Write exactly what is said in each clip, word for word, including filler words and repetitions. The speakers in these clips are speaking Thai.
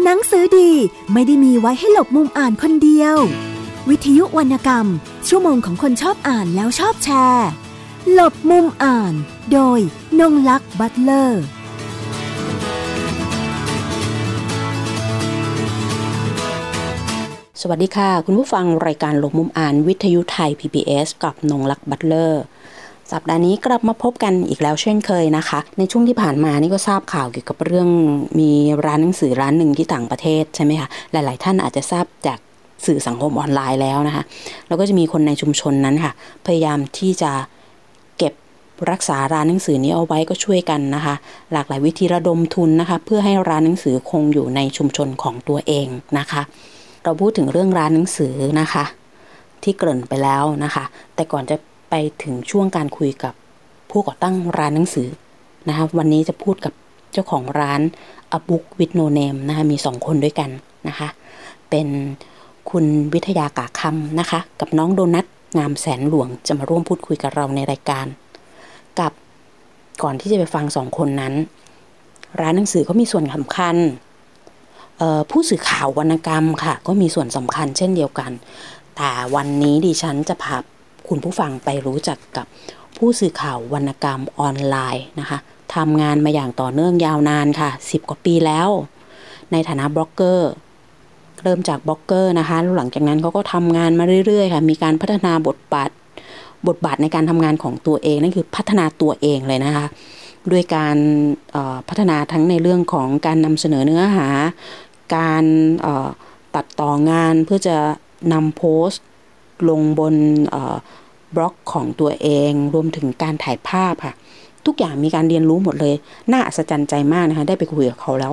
หนังสือดีไม่ได้มีไว้ให้หลบมุมอ่านคนเดียววิทยุวรรณกรรมชั่วโมงของคนชอบอ่านแล้วชอบแชร์หลบมุมอ่านโดยนงลักษณ์บัตเลอร์สวัสดีค่ะคุณผู้ฟังรายการหลบมุมอ่านวิทยุไทย พี บี เอส กับนงลักษณ์บัตเลอร์สัปดาห์นี้กลับมาพบกันอีกแล้วเช่นเคยนะคะในช่วงที่ผ่านมานี่ก็ทราบข่าวเกี่ยวกับเรื่องมีร้านหนังสือร้านหนึ่งที่ต่างประเทศใช่ไหมคะหลายๆท่านอาจจะทราบจากสื่อสังคมออนไลน์แล้วนะคะแล้วก็จะมีคนในชุมชนนั้นค่ะพยายามที่จะเก็บรักษาร้านหนังสือนี้เอาไว้ก็ช่วยกันนะคะหลากหลายวิธีระดมทุนนะคะเพื่อให้ร้านหนังสือคงอยู่ในชุมชนของตัวเองนะคะเราพูดถึงเรื่องร้านหนังสือนะคะที่เกริ่นไปแล้วนะคะแต่ก่อนจะไปถึงช่วงการคุยกับผู้ก่อตั้งร้านหนังสือนะคะวันนี้จะพูดกับเจ้าของร้าน A Book with No Name นะคะมีสองคนด้วยกันนะคะเป็นคุณวิทยากาคำนะคะกับน้องโดนัทงามแสนหลวงจะมาร่วมพูดคุยกับเราในรายการกับก่อนที่จะไปฟังสองคนนั้นร้านหนังสือก็มีส่วนสำคัญผู้สื่อข่าววรรณกรรมค่ะก็มีส่วนสำคัญเช่นเดียวกันแต่วันนี้ดิฉันจะพาคุณผู้ฟังไปรู้จักกับผู้สื่อข่าววรรณกรรมออนไลน์นะคะทำงานมาอย่างต่อเนื่องยาวนานค่ะสิบกว่าปีแล้วในฐานะบล็อกเกอร์เริ่มจากบล็อกเกอร์นะคะหลังจากนั้นเขาก็ทำงานมาเรื่อยๆค่ะมีการพัฒนาบทบาทบทบาทในการทำงานของตัวเองนั่นคือพัฒนาตัวเองเลยนะคะด้วยการพัฒนาทั้งในเรื่องของการนำเสนอเนื้อหาการตัดต่องานเพื่อจะนำโพสต์ลงบนบล็อกของตัวเองรวมถึงการถ่ายภาพค่ะทุกอย่างมีการเรียนรู้หมดเลยน่าอัศจรรย์ใจมากนะคะได้ไปคุยกับเขาแล้ว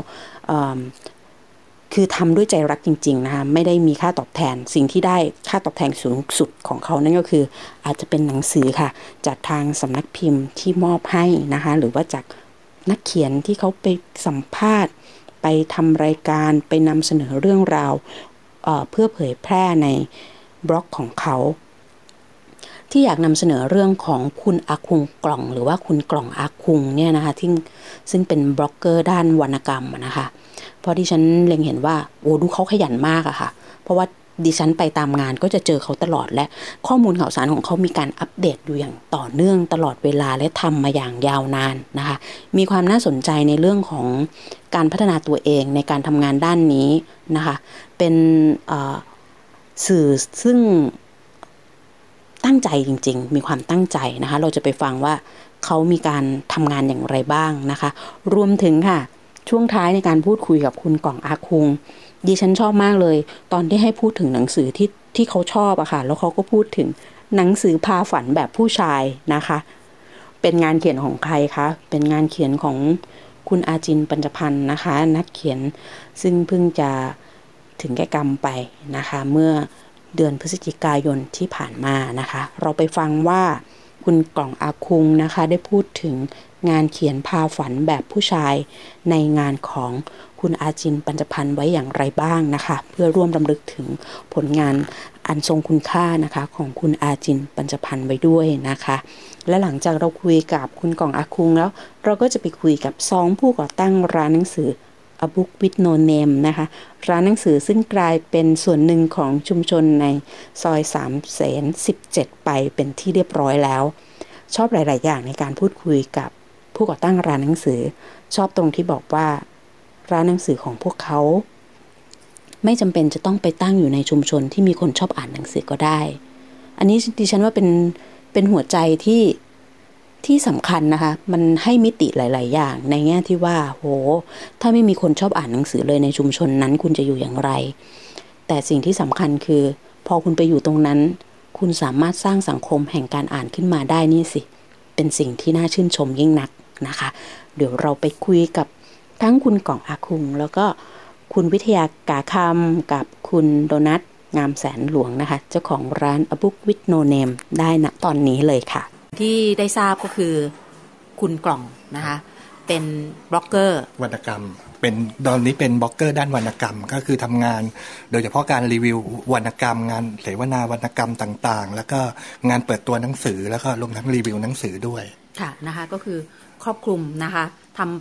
คือทำด้วยใจรักจริงๆนะคะไม่ได้มีค่าตอบแทนสิ่งที่ได้ค่าตอบแทนสูงสุดของเขานั่นก็คืออาจจะเป็นหนังสือค่ะจากทางสำนักพิมพ์ที่มอบให้นะคะหรือว่าจากนักเขียนที่เขาไปสัมภาษณ์ไปทำรายการไปนำเสนอเรื่องราว เอ่อ เพื่อเผยแพร่ในบล็อกของเขาที่อยากนำเสนอเรื่องของคุณอาคุงกล่องหรือว่าคุณกล่องอาคุงเนี่ยนะคะที่ซึ่งเป็นบล็อกเกอร์ด้านวรรณกรรมนะคะเพราะดิฉันเล็งเห็นว่าโอ้ดูเขาขยันมากอะค่ะเพราะว่าดิฉันไปตามงานก็จะเจอเขาตลอดและข้อมูลข่าวสารของเขามีการอัปเดตอยู่อย่างต่อเนื่องตลอดเวลาและทำมาอย่างยาวนานนะคะมีความน่าสนใจในเรื่องของการพัฒนาตัวเองในการทำงานด้านนี้นะคะเป็นสื่อซึ่งตั้งใจจริงๆมีความตั้งใจนะคะเราจะไปฟังว่าเขามีการทำงานอย่างไรบ้างนะคะรวมถึงค่ะช่วงท้ายในการพูดคุยกับคุณกล่องอาคุงดิฉันชอบมากเลยตอนที่ให้พูดถึงหนังสือที่ที่เขาชอบอะค่ะแล้วเขาก็พูดถึงหนังสือพาฝันแบบผู้ชายนะคะเป็นงานเขียนของใครคะเป็นงานเขียนของคุณอาจินปัญจพันธ์นะคะนักเขียนซึ่งเพิ่งจะถึงแก่กรรมไปนะคะเมื่อเดือนพฤศจิกายนที่ผ่านมานะคะเราไปฟังว่าคุณกล่องอาคุงนะคะได้พูดถึงงานเขียนพาฝันแบบผู้ชายในงานของคุณอาจินปัญจพันธ์ไว้อย่างไรบ้างนะคะเพื่อร่วมรำลึกถึงผลงานอันทรงคุณค่านะคะของคุณอาจินปัญจพันธ์ไว้ด้วยนะคะและหลังจากเราคุยกับคุณกล่องอาคุงแล้วเราก็จะไปคุยกับสองผู้ก่อตั้งร้านหนังสือA Book with No Name นะคะร้านหนังสือซึ่งกลายเป็นส่วนหนึ่งของชุมชนในซอยสามเสนสิบเจ็ดไปเป็นที่เรียบร้อยแล้วชอบหลายๆอย่างในการพูดคุยกับผู้ก่อตั้งร้านหนังสือชอบตรงที่บอกว่าร้านหนังสือของพวกเขาไม่จำเป็นจะต้องไปตั้งอยู่ในชุมชนที่มีคนชอบอ่านหนังสือก็ได้อันนี้ดิฉันว่าเป็นเป็นหัวใจที่ที่สำคัญนะคะมันให้มิติหลายๆอย่างในแง่ที่ว่าโหถ้าไม่มีคนชอบอ่านหนังสือเลยในชุมชนนั้นคุณจะอยู่อย่างไรแต่สิ่งที่สำคัญคือพอคุณไปอยู่ตรงนั้นคุณสามารถสร้างสังคมแห่งการอ่านขึ้นมาได้นี่สิเป็นสิ่งที่น่าชื่นชมยิ่งนักนะคะเดี๋ยวเราไปคุยกับทั้งคุณกล่องอาคุงแล้วก็คุณวิทยากาคำกับคุณโดนัทงามแสนหลวงนะคะเจ้าของร้าน A Book with No Name ได้ณตอนนี้เลยค่ะที่ได้ทราบก็คือคุณกล่องนะคะเป็นบล็อกเกอร์วรรณกรรมเป็นตอนนี้เป็นบล็อกเกอร์ด้านวรรณกรรมก็คือทำงานโดยเฉพาะการรีวิววรรณกรรมงานเสวนาวรรณกรรมต่างๆแล้วก็งานเปิดตัวหนังสือแล้วก็รวมทั้งรีวิวหนังสือด้วยค่ะนะคะก็คือครอบคลุมนะคะทำ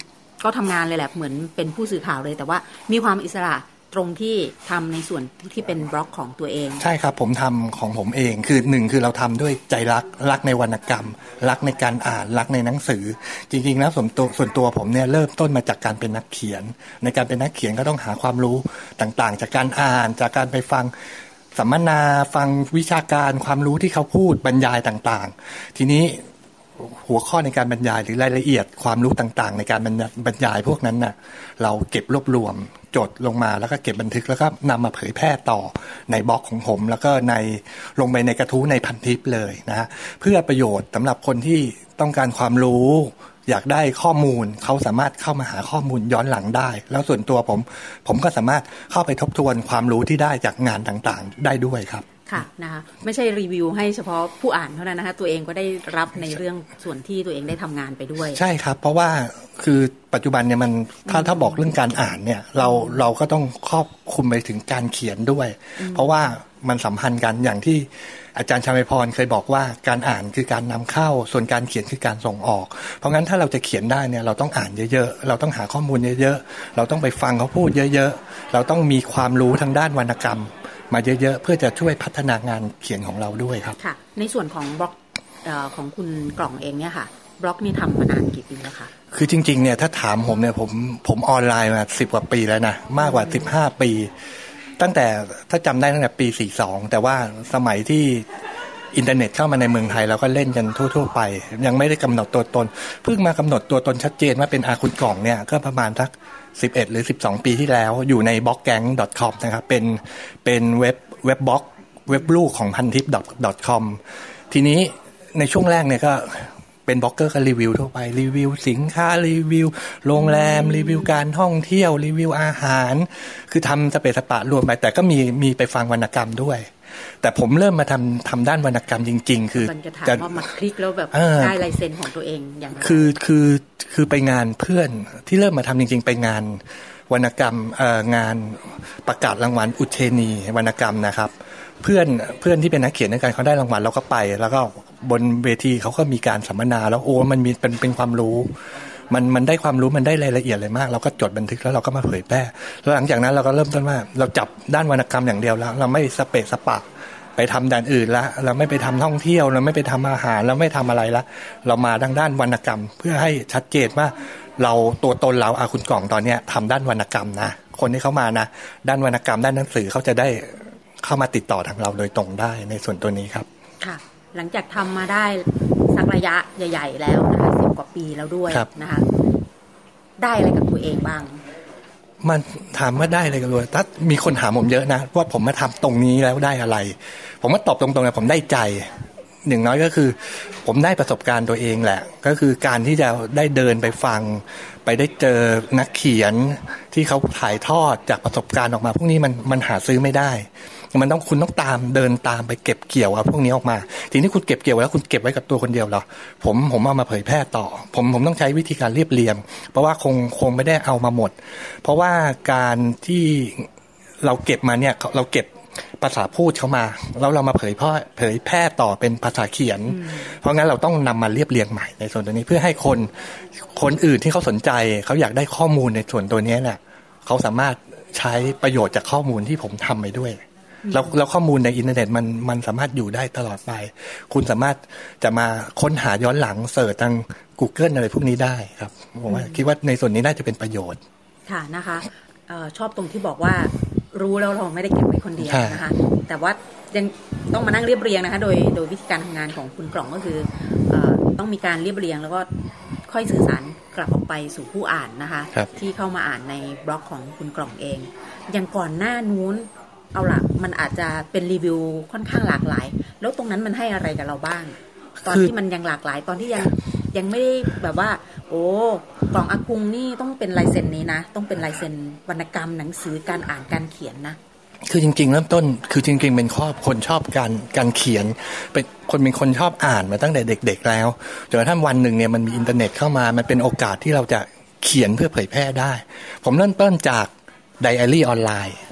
ก็ทำงานเลยแหละเหมือนเป็นผู้สื่อข่าวเลยแต่ว่ามีความอิสระตรงที่ทำในส่วนที่เป็นบล็อกของตัวเองใช่ครับผมทำของผมเองคือหนึ่งคือเราทำด้วยใจรักรักในวรรณกรรมรักในการอ่านรักในหนังสือจริงๆแล้วส่วนตัวส่วนตัวผมเนี่ยเริ่มต้นมาจากการเป็นนักเขียนในการเป็นนักเขียนก็ต้องหาความรู้ต่างๆจากการอ่านจากการไปฟังสัมมนาฟังวิชาการความรู้ที่เขาพูดบรรยายต่างๆทีนี้หัวข้อในการบรรยายหรือรายละเอียดความรู้ต่างๆในการบรรยายพวกนั้นน่ะเราเก็บรวบรวมจดลงมาแล้วก็เก็บบันทึกแล้วก็นำมาเผยแพร่ต่อในบล็อกของผมแล้วก็ในลงไปในกระทู้ในพันทิปเลยนะเพื่อประโยชน์สำหรับคนที่ต้องการความรู้อยากได้ข้อมูลเขาสามารถเข้ามาหาข้อมูลย้อนหลังได้แล้วส่วนตัวผมผมก็สามารถเข้าไปทบทวนความรู้ที่ได้จากงานต่างๆได้ด้วยครับค่ะนะคะไม่ใช่รีวิวให้เฉพาะผู้อ่านเท่านั้นนะคะตัวเองก็ได้รับในเรื่องส่วนที่ตัวเองได้ทำงานไปด้วยใช่ครับเพราะว่าคือปัจจุบันเนี่ยมันถ้าถ้าบอกเรื่องการอ่านเนี่ยเราเราก็ต้องครอบคลุมไปถึงการเขียนด้วยเพราะว่ามันสัมพันธ์กันอย่างที่อาจารย์ชมาพรเคยบอกว่าการอ่านคือการนำเข้าส่วนการเขียนคือการส่งออกเพราะงั้นถ้าเราจะเขียนได้เนี่ยเราต้องอ่านเยอะๆเราต้องหาข้อมูลเยอะๆเราต้องไปฟังเขาพูดเยอะๆเราต้องมีความรู้ทางด้านวรรณกรรมมาเยอะๆเพื่อจะช่วยพัฒนางานเขียนของเราด้วยครับค่ะในส่วนของบล็อกเอ่อของคุณกล่องเองเนี่ยค่ะบล็อกนี่ทำมานานกี่ปีแล้วคะคือจริงๆเนี่ยถ้าถามผมเนี่ยผมผมออนไลน์มาสิบกว่าปีแล้วนะมากกว่าสิบห้าปีตั้งแต่ถ้าจำได้ตั้งแต่ปีสี่สิบสองแต่ว่าสมัยที่อินเทอร์เน็ตเข้ามาในเมืองไทยเราก็เล่นกันทั่วๆไปยังไม่ได้กำหนดตัวตนเพิ่งมากำหนดตัวตนชัดเจนว่าเป็นอาคุณกล่องเนี่ยก็ประมาณสักสิบเอ็ดหรือสิบสองปีที่แล้วอยู่ใน บล็อกแก๊ง ดอท คอม นะครับเป็นเป็นเว็บเว็บบล็อกเว็บลูกของพันทิป ดอท คอม ทีนี้ในช่วงแรกเนี่ยก็เป็นบล็อกเกอร์ก็รีวิวทั่วไปรีวิวสินค้ารีวิวโรงแรมรีวิวการท่องเที่ยวรีวิวอาหารคือทำสเปซสปะรวมไปแต่ก็มีมีไปฟังวรรณกรรมด้วยแต่ผมเริ่มมาทำทำด้านวรรณกรรมจริงๆคือจะว่ามาคลิกแล้วแบบได้ลายเซ็นของตัวเองอย่างไรคือคือคือไปงานเพื่อนที่เริ่มมาทำจริงๆไปงานวรรณกรรมเอ่องานประกาศรางวัลอุเทนีวรรณกรรมนะครับเพื่อนเพื่อนที่เป็นนักเขียนในการเขาได้รางวัลเราก็ไปแล้วก็บนเวทีเขาก็มีการสัมมนาแล้วโอ้มันมีเป็นเป็นความรู้มันมันได้ความรู้มันได้รายละเอียดเลยมากเราก็จดบันทึกแล้วเราก็มาเผยแพร่แล้วหลังจากนั้นเราก็เริ่มต้นว่าเราจับด้านวรรณกรรมอย่างเดียวแล้วเราไม่สเปะสปะไปทำด้านอื่นละเราไม่ไปทำท่องเที่ยวเราไม่ไปทำอาหารเราไม่ทำอะไรละเรามาทางด้านวรรณกรรมเพื่อให้ชัดเจนว่าเราตัวตนเราอาคุณกล่องตอนเนี้ยทำด้านวรรณกรรมนะคนที่เข้ามานะด้านวรรณกรรมด้านหนังสือเขาจะได้เข้ามาติดต่อทางเราโดยตรงได้ในส่วนตัวนี้ครับค่ะหลังจากทำมาได้สักระยะใหญ่ๆแล้วนะคะสิบกว่าปีแล้วด้วยนะคะได้อะไรกับตัวเองบ้างมันถามว่าได้อะไรกันเลยถ้ามีคนถามผมเยอะนะว่าผมมาทำตรงนี้แล้วได้อะไรผมก็ตอบตรงๆเลยผมได้ใจหนึ่งน้อยก็คือผมได้ประสบการณ์ตัวเองแหละก็คือการที่จะได้เดินไปฟังไปได้เจอนักเขียนที่เขาถ่ายทอดจากประสบการณ์ออกมาพวกนี้มันมันหาซื้อไม่ได้มันต้องคุณต้องตามเดินตามไปเก็บเกี่ยวเอาพวกนี้ออกมาทีนี้คุณเก็บเกี่ยวแล้วคุณเก็บไว้กับตัวคนเดียวเหรอผมผมเอามาเผยแพร่ต่อผมผมต้องใช้วิธีการเรียบเรียงเพราะว่าคงคงไม่ได้เอามาหมดเพราะว่าการที่เราเก็บมาเนี่ยเราเก็บภาษาพูดเข้ามาแล้วเรามาเผยแพร่เผยแพร่ต่อเป็นภาษาเขียนเพราะงั้นเราต้องนำมาเรียบเรียงใหม่ในส่วนตัวนี้เพื่อให้คนคนอื่นที่เขาสนใจเขาอยากได้ข้อมูลในส่วนตัวนี้เนี่ยเขาสามารถใช้ประโยชน์จากข้อมูลที่ผมทำไปด้วยแล้วแล้วข้อมูลในอินเทอร์เน็ตมันมันสามารถอยู่ได้ตลอดไปคุณสามารถจะมาค้นหาย้อนหลังเสิร์ชทาง Google อะไรพวกนี้ได้ครับผมว่าคิดว่าในส่วนนี้น่าจะเป็นประโยชน์ค่ะนะคะเอ่อชอบตรงที่บอกว่ารู้แล้วเราไม่ได้เก็บไว้คนเดียวนะคะแต่ว่ายังต้องมานั่งเรียบเรียงนะคะโดยโดยวิธีการทำงานของคุณกล่องก็คือเอ่อต้องมีการเรียบเรียงแล้วก็ค่อยสื่อสารกลับออกไปสู่ผู้อ่านนะคะที่เข้ามาอ่านในบล็อกของคุณกล่องเองอย่างก่อนหน้านู้นเอาล่ะมันอาจจะเป็นรีวิวค่อนข้างหลากหลายแล้วตรงนั้นมันให้อะไรกับเราบ้างตอนที่มันยังหลากหลายตอนที่ยังยังไม่ได้แบบว่าโอ้กล่องอาคุงนี่ต้องเป็นลายเซ็นนี้นะต้องเป็นลายเซ็นวรรณกรรมหนังสือการอ่านการเขียนนะคือจริงๆเริ่มต้นคือจริงๆเป็นครอบคนชอบการการเขียนเป็นคนเป็นคนชอบอ่านมาตั้งแต่เด็กๆแล้วจนกระทั่งวันหนึ่งเนี่ยมันมีอินเทอร์เน็ตเข้ามามันเป็นโอกาสที่เราจะเขียนเพื่อเผยแพร่ได้ผมเริ่มต้นจากไดอารี่ออนไลน์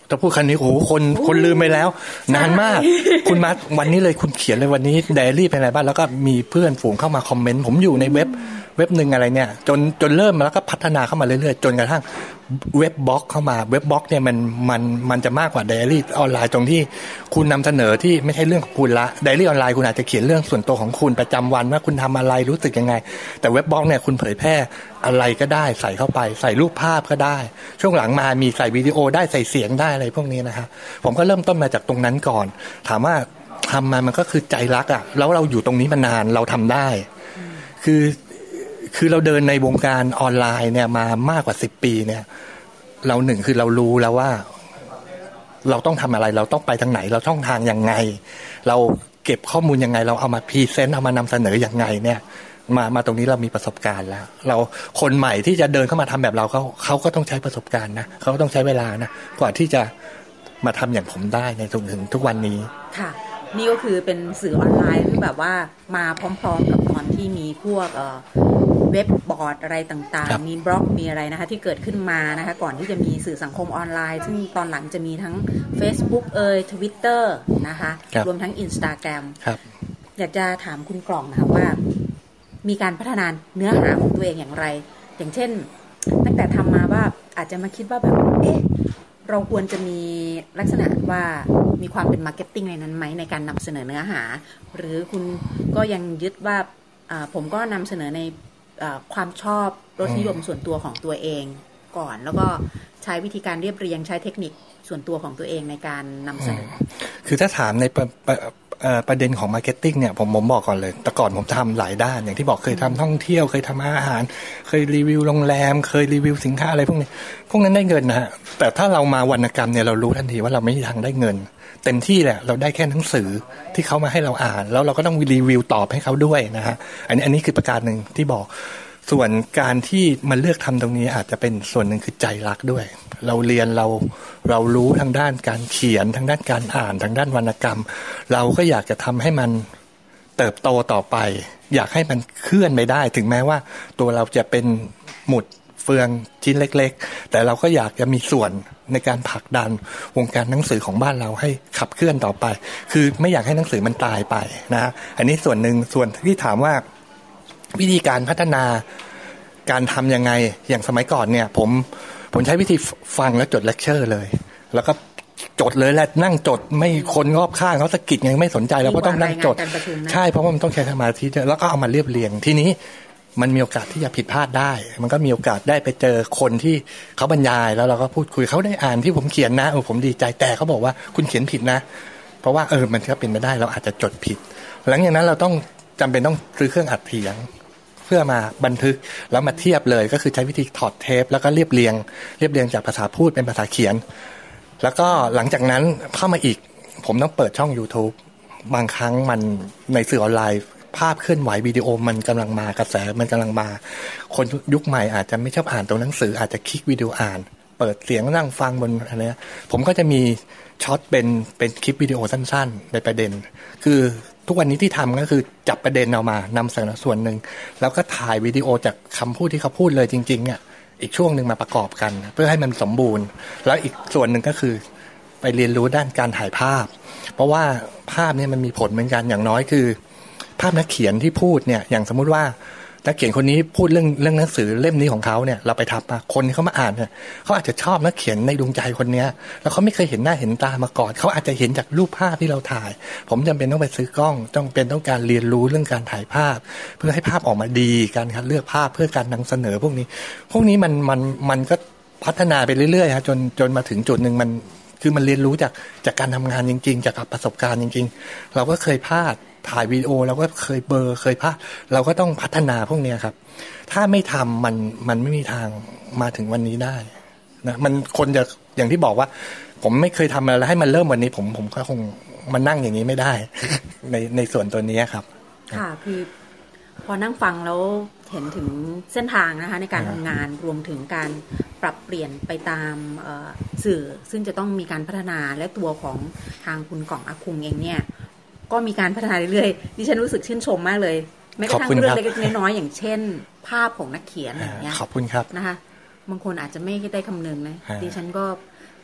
ถ้าพูดคันนี้โอ้โหคนคนลืมไปแล้วนานมากคุณมาวันนี้เลยคุณเขียนเลยวันนี้ไดอารี่เป็นอะไรบ้างแล้วก็มีเพื่อนฝูงเข้ามาคอมเมนต์ผมอยู่ในเว็บเว็บนึงอะไรเนี่ยจนจนเริ่มแล้วก็พัฒนาเข้ามาเรื่อยๆจนกระทั่งเว็บบล็อกเข้ามาเว็บบล็อกเนี่ยมันมันมันจะมากกว่าไดอารี่ออนไลน์ตรงที่คุณนำเสนอที่ไม่ใช่เรื่องของคุณละไดอารี่ออนไลน์คุณอาจจะเขียนเรื่องส่วนตัวของคุณประจำวันว่าคุณทำอะไรรู้สึกยังไงแต่เว็บบล็อกเนี่ยคุณเผยแพร่อะไรก็ได้ใส่เข้าไปใส่รูปภาพก็ได้ช่วงหลังมามีใส่วิดีโอได้ใส่เสียงได้อะไรพวกนี้นะครับผมก็เริ่มต้นมาจากตรงนั้นก่อนถามว่าทำมามันก็คือใจรักอ่ะแล้วเราอยู่ตรงนี้มานานเราทำได้คือคือเราเดินในวงการออนไลน์เนี่ยมามากกว่าสิบปีเนี่ยเราหนึ่งคือเรารู้แล้วว่าเราต้องทำอะไรเราต้องไปทางไหนเราช่องทางยังไงเราเก็บข้อมูลยังไงเราเอามาพรีเซนต์เอามานำเสนอยังไงเนี่ยมามาตรงนี้เรามีประสบการณ์แล้วเราคนใหม่ที่จะเดินเข้ามาทำแบบเราเขาเขาก็ต้องใช้ประสบการณ์นะเขาก็ต้องใช้เวลานะกว่าที่จะมาทำอย่างผมได้ในถึงทุกวันนี้ค่ะนี่ก็คือเป็นสื่อออนไลน์ที่แบบว่ามาพร้อมๆกับตอนที่มีพวกเอ่อเว็บบอร์ดอะไรต่างๆมีบล็อกมีอะไรนะคะที่เกิดขึ้นมานะคะก่อนที่จะมีสื่อสังคมออนไลน์ซึ่งตอนหลังจะมีทั้ง Facebook เอ่ย Twitter นะคะรวมทั้ง Instagram อยากจะถามคุณกล่องนะคะว่ามีการพัฒนาเนื้อหาของตัวเองอย่างไรอย่างเช่นตั้งแต่ทำมาว่าอาจจะมาคิดว่าแบบเอ๊ะเราควรจะมีลักษณะว่ามีความเป็นมาร์เก็ตติ้งในนั้นไหมในการนำเสนอเนื้อหาหรือคุณก็ยังยึดว่าผมก็นำเสนอในความชอบรสนิยมส่วนตัวของตัวเองก่อนแล้วก็ใช้วิธีการเรียบเรียงใช้เทคนิคส่วนตัวของตัวเองในการนำเสนอคือถ้าถามในประประเด็นของมาร์เก็ตติ้งเนี่ยผมผมบอกก่อนเลยแต่ก่อนผมทำหลายด้านอย่างที่บอกเคยทำท่องเที่ยวเคยทำอาหารเคยรีวิวโรงแรมเคยรีวิวสินค้าอะไรพวกนี้พวกนั้นได้เงินนะฮะแต่ถ้าเรามาวรรณกรรมเนี่ยเรารู้ทันทีว่าเราไม่มีทางได้เงินเต็มที่แหละเราได้แค่หนังสือที่เขามาให้เราอ่านแล้วเราก็ต้องรีวิวตอบให้เขาด้วยนะฮะอันนี้อันนี้คือประการหนึ่งที่บอกส่วนการที่มาเลือกทำตรงนี้อาจจะเป็นส่วนหนึ่งคือใจรักด้วยเราเรียนเราเรารู้ทางด้านการเขียนทางด้านการอ่านทางด้านวรรณกรรมเราก็อยากจะทำให้มันเติบโตต่อไปอยากให้มันเคลื่อนไปได้ถึงแม้ว่าตัวเราจะเป็นหมุดเฟืองชิ้นเล็กๆแต่เราก็อยากจะมีส่วนในการผลักดันวงการหนังสือของบ้านเราให้ขับเคลื่อนต่อไปคือไม่อยากให้หนังสือมันตายไปนะอันนี้ส่วนหนึ่งส่วนที่ถามว่าวิธีการพัฒนาการทำยังไงอย่างสมัยก่อนเนี่ยผมผมใช้วิธีฟังแล้วจดเลคเชอร์เลยแล้วก็จดเลยแหละนั่งจดไม่คนรอบข้างเขาสะกิดยังไม่สนใจแล้วก็ต้องนั่งจดใช่เพราะว่ามันต้องใช้สมาธิแล้วก็เอามาเรียบเรียงทีนี้มันมีโอกาสที่จะผิดพลาดได้มันก็มีโอกาสได้ไปเจอคนที่เขาบรรยายแล้วเราก็พูดคุยเขาได้อ่านที่ผมเขียนนะเออผมดีใจแต่เขาบอกว่าคุณเขียนผิดนะเพราะว่าเออมันก็เป็นไปได้เราอาจจะจดผิดหลังจากนั้นเราต้องจำเป็นต้องซื้อเครื่องอัดเสียงเพื่อมาบันทึกแล้วมาเทียบเลยก็คือใช้วิธีถอดเทปแล้วก็เรียบเรียงเรียบเรียงจากภาษาพูดเป็นภาษาเขียนแล้วก็หลังจากนั้นเข้ามาอีกผมต้องเปิดช่อง YouTube บางครั้งมันในสื่อออนไลน์ภาพเคลื่อนไหววิดีโอมันกำลังมากระแสมันกำลังมาคนยุคใหม่อาจจะไม่ชอบอ่านตัวหนังสืออาจจะคลิกวิดีโออ่านเปิดเสียงนั่งฟังบนอะไรนะผมก็จะมีช็อตเป็นเป็นคลิปวิดีโอสั้นๆในประเด็นคือทุกวันนี้ที่ทำก็คือจับประเด็นเอามานำเสนอส่วนหนึ่งแล้วก็ถ่ายวิดีโอจากคำพูดที่เขาพูดเลยจริงๆเนี่ยอีกช่วงหนึ่งมาประกอบกันเพื่อให้มันสมบูรณ์แล้วอีกส่วนหนึ่งก็คือไปเรียนรู้ด้านการถ่ายภาพเพราะว่าภาพเนี่ยมันมีผลเหมือนกันอย่างน้อยคือภาพนักเขียนที่พูดเนี่ยอย่างสมมุติว่านักเขียนคนนี้พูดเรื่องเรื่องหนังสือเล่มนี้ของเขาเนี่ยเราไปทับมาคนที่เขามาอ่านเนี่ยเขาอาจจะชอบนักเขียนในดวงใจคนนี้แล้วเขาไม่เคยเห็นหน้าเห็นตามาก่อนเขาอาจจะเห็นจากรูปภาพที่เราถ่ายผมจำเป็นต้องไปซื้อกล้องต้องเป็นต้องการเรียนรู้เรื่องการถ่ายภาพเพื่อให้ภาพออกมาดีการคัดเลือกภาพเพื่อการนำเสนอพวกนี้พวกนี้มันมันมันก็พัฒนาไปเรื่อยๆฮะจนจนมาถึงจุดนึงมันคือมันเรียนรู้จากจากการทำงานจริงๆจากประสบการณ์จริงๆเราก็เคยพลาดถ่ายวีดีโอเราก็เคยเบลอเคยพลาดเราก็ต้องพัฒนาพวกนี้ครับถ้าไม่ทำมันมันไม่มีทางมาถึงวันนี้ได้นะมันคนจะอย่างที่บอกว่าผมไม่เคยทำอะไรให้มันเริ่มวันนี้ผมผมก็คงมานั่งอย่างนี้ไม่ได้ในในส่วนตัวนี้ครับค่ะคือพอนั่งฟังแล้วเห็นถึงเส้นทางนะคะในการทำงานรวมถึงการปรับเปลี่ยนไปตามสื่อซึ่งจะต้องมีการพัฒนาและตัวของทางคุณกล่องอาคุงเองเนี่ยก็มีการพัฒนาเรื่อยๆดิฉันรู้สึกชื่นชมมากเลยแม้กระทั่งเรื่องเล็กๆน้อยๆอย่างเช่นภาพของนักเขียนอย่างเงี้ยขอบคุณครับนะคะบางคนอาจจะไม่ได้คำนึงนะดิฉันก็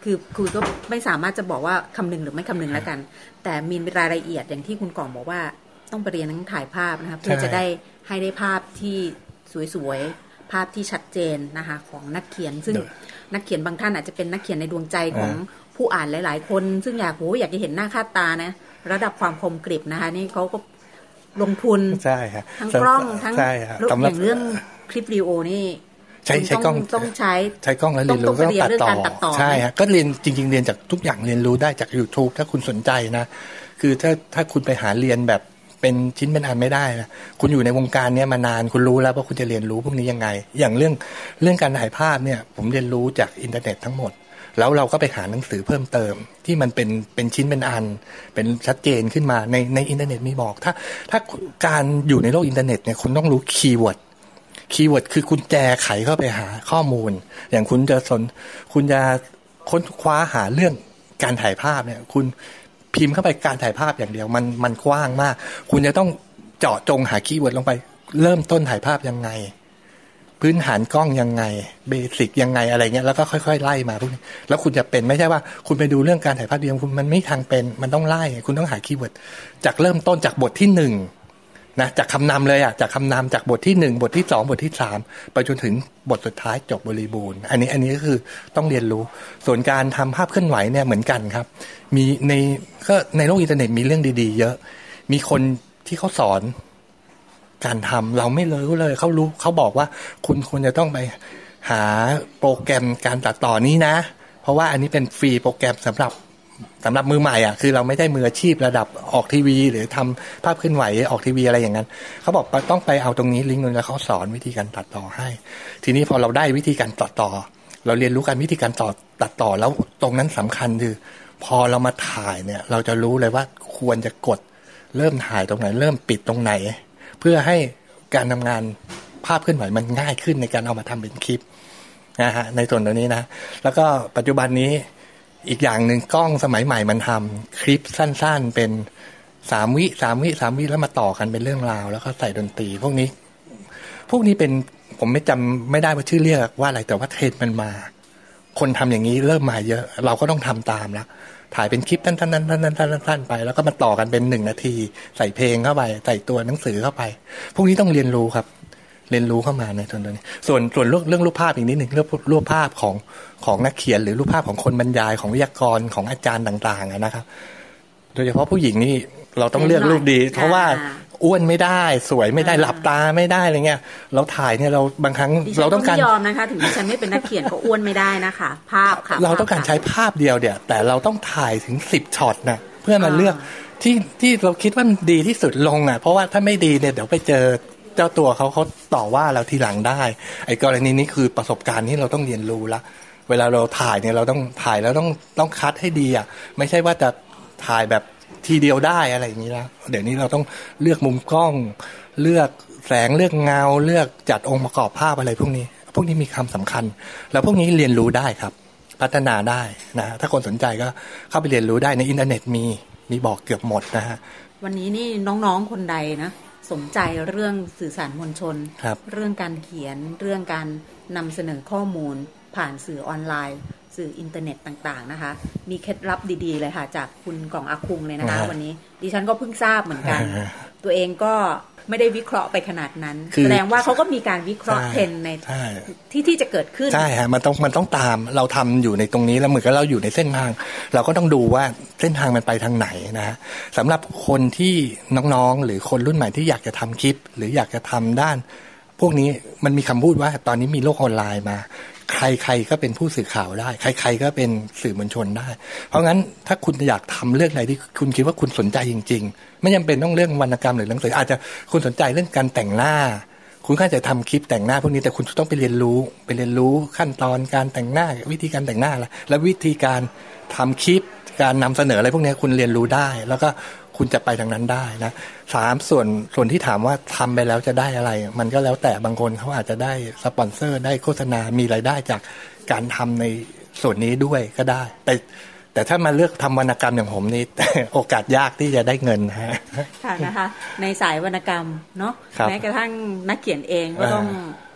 คือคือก็ไม่สามารถจะบอกว่าคำนึงหรือไม่คำนึงแล้วกันแต่มีรายละเอียดอย่างที่คุณก่องบอกว่าต้องไปเรียนทั้งถ่ายภาพนะคะเพื่อจะได้ให้ได้ภาพที่สวยๆภาพที่ชัดเจนนะคะของนักเขียนซึ่งนักเขียนบางท่านอาจจะเป็นนักเขียนในดวงใจของผู้อ่านหลายๆคนซึ่งอยากโหอยากจะเห็นหน้าค่าตานะระดับความคมกริบนะคะนี่เขาก็ลงทุนทั้งกล้องทั้งอย่างเรื่องคลิปวิดีโอนี่ใช้ใช้กล้องต้องใช้ใช้กล้องแล้วเรียนรู้ก็ตัดต่อใช่ฮะก็เรียนจริงๆเรียนจากทุกอย่างเรียนรู้ได้จาก YouTube ถ้าคุณสนใจนะคือถ้าถ้าคุณไปหาเรียนแบบเป็นชิ้นเป็นอันไม่ได้นะคุณอยู่ในวงการนี้มานานคุณรู้แล้วว่าคุณจะเรียนรู้พวกนี้ยังไงอย่างเรื่องเรื่องการถ่ายภาพเนี่ยผมเรียนรู้จากอินเทอร์เน็ตทั้งหมดแล้วเราก็ไปหาหนังสือเพิ่มเติมที่มันเป็นเป็นชิ้นเป็นอันเป็นชัดเจนขึ้นมาในในอินเทอร์เน็ตมีบอกถ้าถ้าการอยู่ในโลกอินเทอร์เน็ตเนี่ยคุณต้องรู้คีย์เวิร์ดคีย์เวิร์ดคือกุญแจไขเข้าไปหาข้อมูลอย่างคุณจะสนคุณจะค้นคว้าหาเรื่องการถ่ายภาพเนี่ยคุณพิมพ์เข้าไปการถ่ายภาพอย่างเดียวมันมันกว้างมากคุณจะต้องเจาะจงหาคีย์เวิร์ดลงไปเริ่มต้นถ่ายภาพยังไงพื้นฐานกล้องยังไงเบสิกยังไงอะไรเงี้ยแล้วก็ค่อยๆไล่มาพวกนี้แล้วคุณจะเป็นไม่ใช่ว่าคุณไปดูเรื่องการถ่ายภาพเดียวคุณมันไม่ทางเป็นมันต้องไล่คุณต้องหาคีย์เวิร์ดจากเริ่มต้นจากบทที่หนึ่งนะจากคำนำเลยอ่ะจากคำนำจากบทที่หนึ่งบทที่สองบทที่สามไปจนถึงบทสุดท้ายจบบริบูรณ์อันนี้อันนี้ก็คือต้องเรียนรู้ส่วนการทำภาพเคลื่อนไหวเนี่ยเหมือนกันครับมีในก็ในโลกอินเทอร์เน็ตมีเรื่องดีๆเยอะมีคนที่เขาสอนการทำเราไม่รู้เลยเขารู้เขาบอกว่าคุณควรจะต้องไปหาโปรแกรมการตัดต่อนี้นะเพราะว่าอันนี้เป็นฟรีโปรแกรมสำหรับสำหรับมือใหม่อ่ะคือเราไม่ได้มืออาชีพระดับออกทีวีหรือทำภาพเคลื่อนไหวออกทีวีอะไรอย่างนั้นเขาบอกต้องไปเอาตรงนี้ลิงก์นึงแล้วเขาสอนวิธีการตัดต่อให้ทีนี้พอเราได้วิธีการตัดต่อเราเรียนรู้การวิธีการต่อตัดต่อแล้วตรงนั้นสำคัญคือพอเรามาถ่ายเนี่ยเราจะรู้เลยว่าควรจะกดเริ่มถ่ายตรงไหนเริ่มปิดตรงไหนเพื่อให้การทำงานภาพเคลื่อนไหวมันง่ายขึ้นในการเอามาทำเป็นคลิปนะฮะในส่วนตรงนี้นะแล้วก็ปัจจุบันนี้อีกอย่างหนึ่งกล้องสมัยใหม่มันทำคลิปสั้นๆเป็นสามวิสามวิสามวิแล้วมาต่อกันเป็นเรื่องราวแล้วก็ใส่ดนตรีพวกนี้พวกนี้เป็นผมไม่จำไม่ได้ว่าชื่อเรียกว่าอะไรแต่ว่าเทรนด์มันมาคนทำอย่างนี้เริ่มมาเยอะเราก็ต้องทำตามแล้วถ่ายเป็นคลิปสั้นๆๆๆๆไปแล้วก็มาต่อกันเป็นหนึ่งนาทีใส่เพลงเข้าไปใส่ตัวหนังสือเข้าไปพวกนี้ต้องเรียนรู้ครับเรียนรู้เข้ามาในส่วนนี้ส่วนส่วนเรื่องเรื่องรูปภาพอีกนิดหนึ่งเรื่องรูปภาพของของนักเขียนหรือรูปภาพของคนบรรยายของวิทยากรของอาจารย์ต่างๆนะครับโดยเฉพาะผู้หญิงนี่เราต้องเลือกรูปดีเพราะว่าอ้วนไม่ได้สวยไม่ได้หลับตาไม่ได้อะไรเงี้ยเราถ่ายเนี่ยเราบางครั้งเราต้องการไม่ยอมนะคะถึงดิฉันไม่เป็นนักเขียนก็อ้วนไม่ได้นะคะภาพค่ะเราต้องการใช้ภาพเดียวเนี่ยแต่เราต้องถ่ายถึงสิบช็อตนะเพื่อมาเลือกที่ที่เราคิดว่ามันดีที่สุดลงอ่ะเพราะว่าถ้าไม่ดีเนี่ยเดี๋ยวไปเจอเจ้าตัวเขาเขาต่อว่าเราทีหลังได้ไอ้กรณีนี้คือประสบการณ์ที่เราต้องเรียนรู้ละเวลาเราถ่ายเนี่ยเราต้องถ่ายแล้วต้องต้องคัดให้ดีอ่ะไม่ใช่ว่าจะถ่ายแบบทีเดียวได้อะไรอย่างนี้นะเดี๋ยวนี้เราต้องเลือกมุมกล้องเลือกแสงเลือกเงาเลือกจัดองค์ประกอบภาพอะไรพวกนี้พวกนี้มีคำสำคัญแล้วพวกนี้เรียนรู้ได้ครับพัฒนาได้นะถ้าคนสนใจก็เข้าไปเรียนรู้ได้ในอินเทอร์เน็ตมีมีบอกเกือบหมดนะฮะวันนี้นี่น้องๆคนใดนะสนใจเรื่องสื่อสารมวลชนรเรื่องการเขียนเรื่องการนำเสนอข้อมูลผ่านสื่อออนไลน์สื่ออินเทอร์เน็ตต่างๆนะคะมีเคล็ดลับดีๆเลยค่ะจากคุณกองอาคุงเลยนะคะวันนี้ดิฉันก็เพิ่งทราบเหมือนกันตัวเองก็ไม่ได้วิเคราะห์ไปขนาดนั้นแสดงว่าเขาก็มีการวิเคราะห์เทรนด์ในที่ที่จะเกิดขึ้นใช่ฮะมันต้องมันต้องตามเราทำอยู่ในตรงนี้แล้วเหมือนกับเราอยู่ในเส้นทางเราก็ต้องดูว่าเส้นทางมันไปทางไหนนะสำหรับคนที่น้องๆหรือคนรุ่นใหม่ที่อยากจะทำคลิปหรืออยากจะทำด้านพวกนี้มันมีคำพูดว่าตอนนี้มีโลกออนไลน์มาใครๆก็เป็นผู้สื่อข่าวได้ใครๆก็เป็นสื่อมวลชนได้เพราะงั้นถ้าคุณอยากทำเรื่องไหนที่คุณคิดว่าคุณสนใจจริงๆไม่จำเป็นต้องเรื่องวรรณกรรมหรือหนังสืออาจจะคุณสนใจเรื่องการแต่งหน้าคุณก็จะทำคลิปแต่งหน้าพวกนี้แต่คุณต้องไปเรียนรู้ไปเรียนรู้ขั้นตอนการแต่งหน้าวิธีการแต่งหน้าและวิธีการทำคลิปการนำเสนออะไรพวกนี้คุณเรียนรู้ได้แล้วก็คุณจะไปทางนั้นได้นะสามส่วนส่วนที่ถามว่าทำไปแล้วจะได้อะไรมันก็แล้วแต่บางคนเขาอาจจะได้สปอนเซอร์ได้โฆษณามีรายได้จากการทำในส่วนนี้ด้วยก็ได้แต่แต่ถ้ามาเลือกทำวรรณกรรมอย่างผมนี่ โอกาสยากที่จะได้เงินฮะค่ะนะคะในสายวรรณกรรมเนาะแม้กระทั่งนักเขียนเองก็ต้อง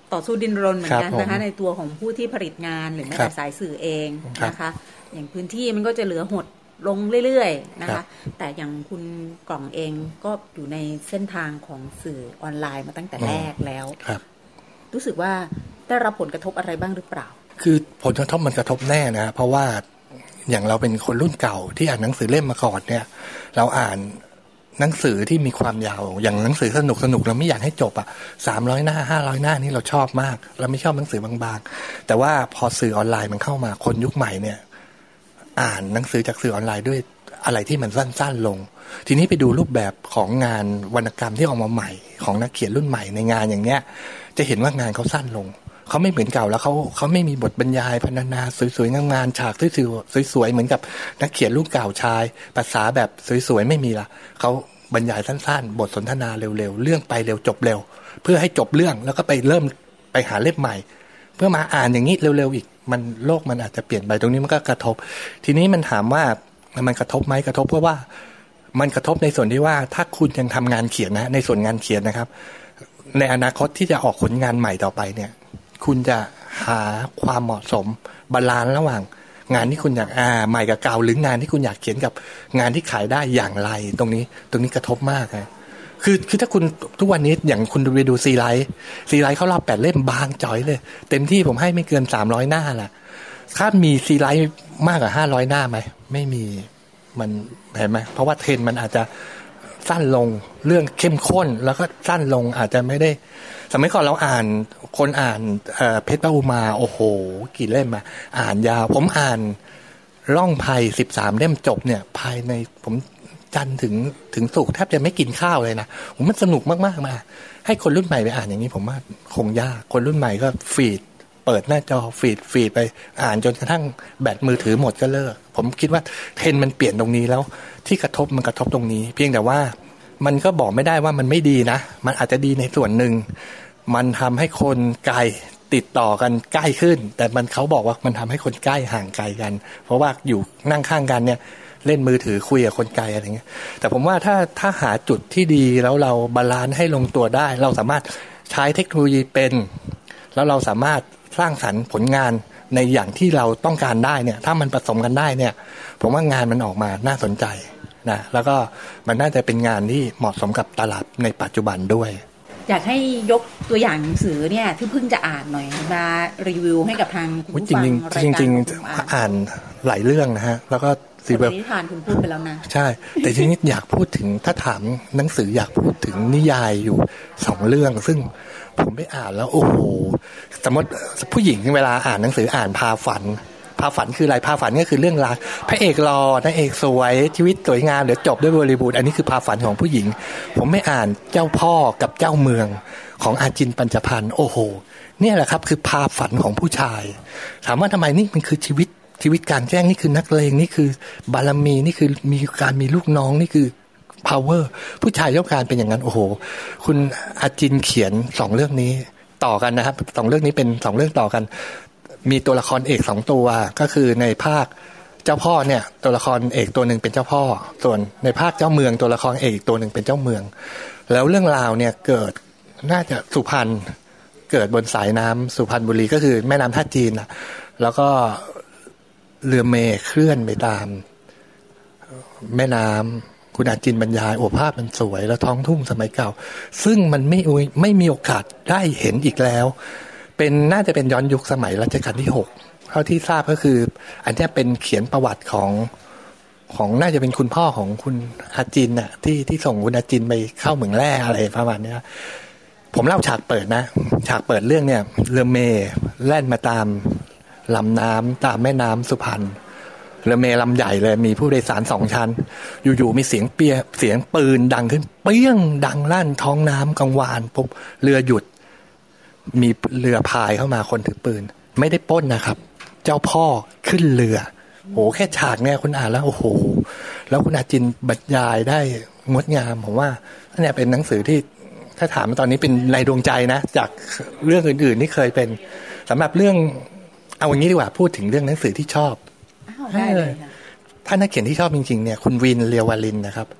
ต่อสู้ดิ้นรนเหมือนกันนะคะในตัวของผู้ที่ผลิตงานหรือแม้แต่สายสื่อเองนะคะอย่างพื้นที่มันก็จะเหลือหดลงเรื่อยๆนะคะแต่อย่างคุณกล่องเองก็อยู่ในเส้นทางของสื่อออนไลน์มาตั้งแต่แรกแล้วรู้สึกว่าได้รับผลกระทบอะไรบ้างหรือเปล่าคือผลกระทบมันกระทบแน่นะเพราะว่าอย่างเราเป็นคนรุ่นเก่าที่อ่านหนังสือเล่มมาก่อนเนี่ยเราอ่านหนังสือที่มีความยาวอย่างหนังสือสนุกสนุกเราไม่อยากให้จบอ่ะสามร้อยหน้าห้าร้อยหน้านี่เราชอบมากเราไม่ชอบหนังสือบางๆแต่ว่าพอสื่อออนไลน์มันเข้ามาคนยุคใหม่เนี่ยอ่านหนังสือจากสื่อออนไลน์ด้วยอะไรที่มันสั้นๆลงทีนี้ไปดูรูปแบบของงานวรรณกรรมที่ออกมาใหม่ของนักเขียนรุ่นใหม่ในงานอย่างเนี้ยจะเห็นว่างานเขาสั้นลงเขาไม่เหมือนเก่าแล้วเขาเขาไม่มีบทบรรยายพรรณนาสวยๆงามๆฉากสวยๆเหมือนกับนักเขียนรุ่นเก่าชายภาษาแบบสวยๆไม่มีละเขาบรรยายสั้นๆบทสนทนาเร็วๆเรื่องไปเร็วจบเร็วเพื่อให้จบเรื่องแล้วก็ไปเริ่มไปหาเล่มใหม่เพื่อมาอ่านอย่างนี้เร็วๆอีกมันโลกมันอาจจะเปลี่ยนไปตรงนี้มันก็กระทบทีนี้มันถามว่ามันกระทบไหมกระทบเพราะว่ามันกระทบในส่วนที่ว่าถ้าคุณยังทำงานเขียนนะในส่วนงานเขียนนะครับในอนาคตที่จะออกผลงานใหม่ต่อไปเนี่ยคุณจะหาความเหมาะสมบาลานซ์ระหว่างงานที่คุณอยากอ่าใหม่กับเก่าหรืองานที่คุณอยากเขียนกับงานที่ขายได้อย่างไรตรงนี้ตรงนี้กระทบมากนะคือคือถ้าคุณทุกวันนี้อย่างคุณดูไปดูซีไลท์ซีไลท์เขาเล่าแปดเล่มบางจ่อยเลยเต็มที่ผมให้ไม่เกินสามร้อยหน้าแหละถ้ามีซีไลท์มากกว่าห้าร้อยหน้าไหมไม่มีมันเห็นไหมเพราะว่าเทรนด์มันอาจจะสั้นลงเรื่องเข้มข้นแล้วก็สั้นลงอาจจะไม่ได้สมัยก่อนเราอ่านคนอ่านเอ่อเพชรอุมาโอ้โหกี่เล่มมาอ่านยาวผมอ่านร่องไผ่สิบสามเล่มจบเนี่ยภายในผมจันถึงถึงศุกร์แทบจะไม่กินข้าวเลยนะผมมันสนุกมากๆมาให้คนรุ่นใหม่ไปอ่านอย่างนี้ผมว่าคงยากคนรุ่นใหม่ก็ฟีดเปิดหน้าจอฟีดฟีดไปอ่านจนกระทั่งแบตมือถือหมดก็เลิกผมคิดว่าเทรนด์มันเปลี่ยนตรงนี้แล้วที่กระทบมันกระทบตรงนี้เพียงแต่ว่ามันก็บอกไม่ได้ว่ามันไม่ดีนะมันอาจจะดีในส่วนหนึ่งมันทำให้คนไกลติดต่อกันใกล้ขึ้นแต่มันเขาบอกว่ามันทำให้คนใกล้ห่างไกลกันเพราะว่าอยู่นั่งข้างกันเนี่ยเล่นมือถือคุยกับคนไกลอะไรเงี้ยแต่ผมว่าถ้าถ้าหาจุดที่ดีแล้วเราบาลานซ์ให้ลงตัวได้เราสามารถใช้เทคโนโลยีเป็นแล้วเราสามารถสร้างสรรค์ผลงานในอย่างที่เราต้องการได้เนี่ยถ้ามันผสมกันได้เนี่ยผมว่างานมันออกมาน่าสนใจนะแล้วก็มันน่าจะเป็นงานที่เหมาะสมกับตลาดในปัจจุบันด้วยอยากให้ยกตัวอย่างหนังสือเนี่ยที่เพิ่งจะอ่านหน่อยมารีวิวให้กับทางคุณผู้ฟังรายการจริงๆอ่านหลายเรื่องนะฮะแล้วก็สิบนิทานคุณพูดไปแล้วนะใช่แต่ทีนี้อยากพูดถึงถ้าถามหนังสืออยากพูดถึงนิยายอยู่สองเรื่องซึ่งผมไปอ่านแล้วโอ้โหสมมติผู้หญิงเวลาอ่านหนังสืออ่านพาฝันพาฝันคืออะไรพาฝันก็คือเรื่องราวพระเอกหล่อนางเอกสวยชีวิตสวยงามเดี๋ยวจบด้วยบริบูรณ์อันนี้คือพาฝันของผู้หญิงผมไม่อ่านเจ้าพ่อกับเจ้าเมืองของอาจินปัญจพรรณโอ้โหเนี่ยแหละครับคือพาฝันของผู้ชายถามว่าทำไมนี่มันคือชีวิตชีวิตการแจ้งนี่คือนักเลงนี่คือบารมีนี่คือมีการมีลูกน้องนี่คือ power ผู้ชายย่อมการเป็นอย่างนั้นโอ้โหคุณอาจินเขียนสองเรื่องนี้ต่อกันนะครับสองเรื่องนี้เป็นสองเรื่องต่อกันมีตัวละครเอกสองตัวก็คือในภาคเจ้าพ่อเนี่ยตัวละครเอกตัวหนึ่งเป็นเจ้าพ่อส่วนในภาคเจ้าเมืองตัวละครเอกตัวหนึ่งเป็นเจ้าเมืองแล้วเรื่องราวเนี่ยเกิดน่าจะสุพรรณเกิดบนสายน้ำสุพรรณบุรีก็คือแม่น้ำท่าจีนนะแล้วก็เรือเมล์เคลื่อนไปตามแม่น้ำคุณอาจินบรรยายโอ้ภาพมันสวยแล้วท้องทุ่งสมัยเก่าซึ่งมันไม่ไม่มีโอกาสได้เห็นอีกแล้วเป็นน่าจะเป็นย้อนยุคสมัยรัชกาลที่หกเท่าที่ทราบก็คืออันนี้เป็นเขียนประวัติของของน่าจะเป็นคุณพ่อของคุณอาจินน่ะที่ที่ส่งคุณอาจินไปเข้าเหมืองแร่อะไรประมาณนี้ผมเล่าฉากเปิดนะฉากเปิดเรื่องเนี่ยเรือเมล์แล่นมาตามลำน้ำตามแม่น้ำสุพรรณเรือเมล์ลำใหญ่เลยมีผู้โดยสารสองชั้นอยู่ๆมีเสียงเปียเสียงปืนดังขึ้นเปี้ยงดังลั่นท้องน้ำกังวานปุ๊บเรือหยุดมีเรือพายเข้ามาคนถือปืนไม่ได้ปล้นนะครับเจ้าพ่อขึ้นเรือโหแค่ฉากเนี่ยคุณอ่านแล้วโอ้โหแล้วคุณอาจินบรรยายได้งดงามผมว่าอันนี้เป็นหนังสือที่ถ้าถามตอนนี้เป็นในดวงใจนะจากเรื่องอื่นๆที่เคยเป็นสำหรับเรื่องเอาอย่างนี้ดีกว่าพูดถึงเรื่องหนังสือที่ชอบได้เลยถ้านักเขียนที่ชอบจริงๆเนี่ยคุณวินเลียววาลินนะครับ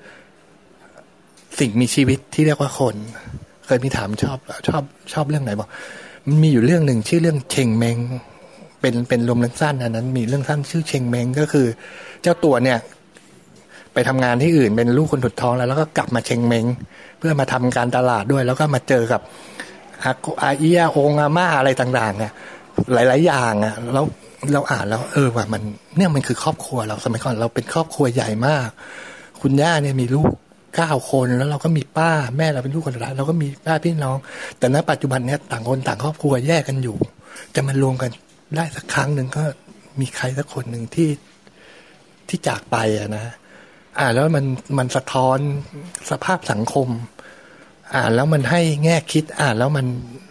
สิ่งมีชีวิตที่เรียกว่าคนเคยมีถามชอบชอบชอบเรื่องไหนบอกมันมีอยู่เรื่องหนึ่งชื่อเรื่องเชงเม้งเป็นเป็นรวมเรื่องสั้นอันนั้นมีเรื่องสั้นชื่อเชงเม้งก็คือเจ้าตัวเนี่ยไปทำงานที่อื่นเป็นลูกคนสุดท้องแล้วแล้วก็กลับมาเชงเม้งเพื่อมาทำการตลาดด้วยแล้วก็มาเจอกับอาอาเอียองอาม่าอะไรต่างๆเนี่ยหลายๆอย่างอ่ะแล้วเราอ่านแล้วเออว่ามันเนี่ยมันคือครอบครัวเราสมัยก่อนเราเป็นครอบครัวใหญ่มากคุณย่าเนี่ยมีลูกเก้าคนแล้วเราก็มีป้าแม่เราเป็นลูกคนสุดท้ายเราก็มีป้าพี่น้องแต่ณปัจจุบันเนี่ยต่างคนต่างครอบครัวแยกกันอยู่จะมารวมกันได้สักครั้งหนึ่งก็มีใครสักคนหนึ่งที่ที่จากไปอะนะอ่านแล้วมันมันสะท้อนสภาพสังคมอ่านแล้วมันให้แง่คิดอ่านแล้วมัน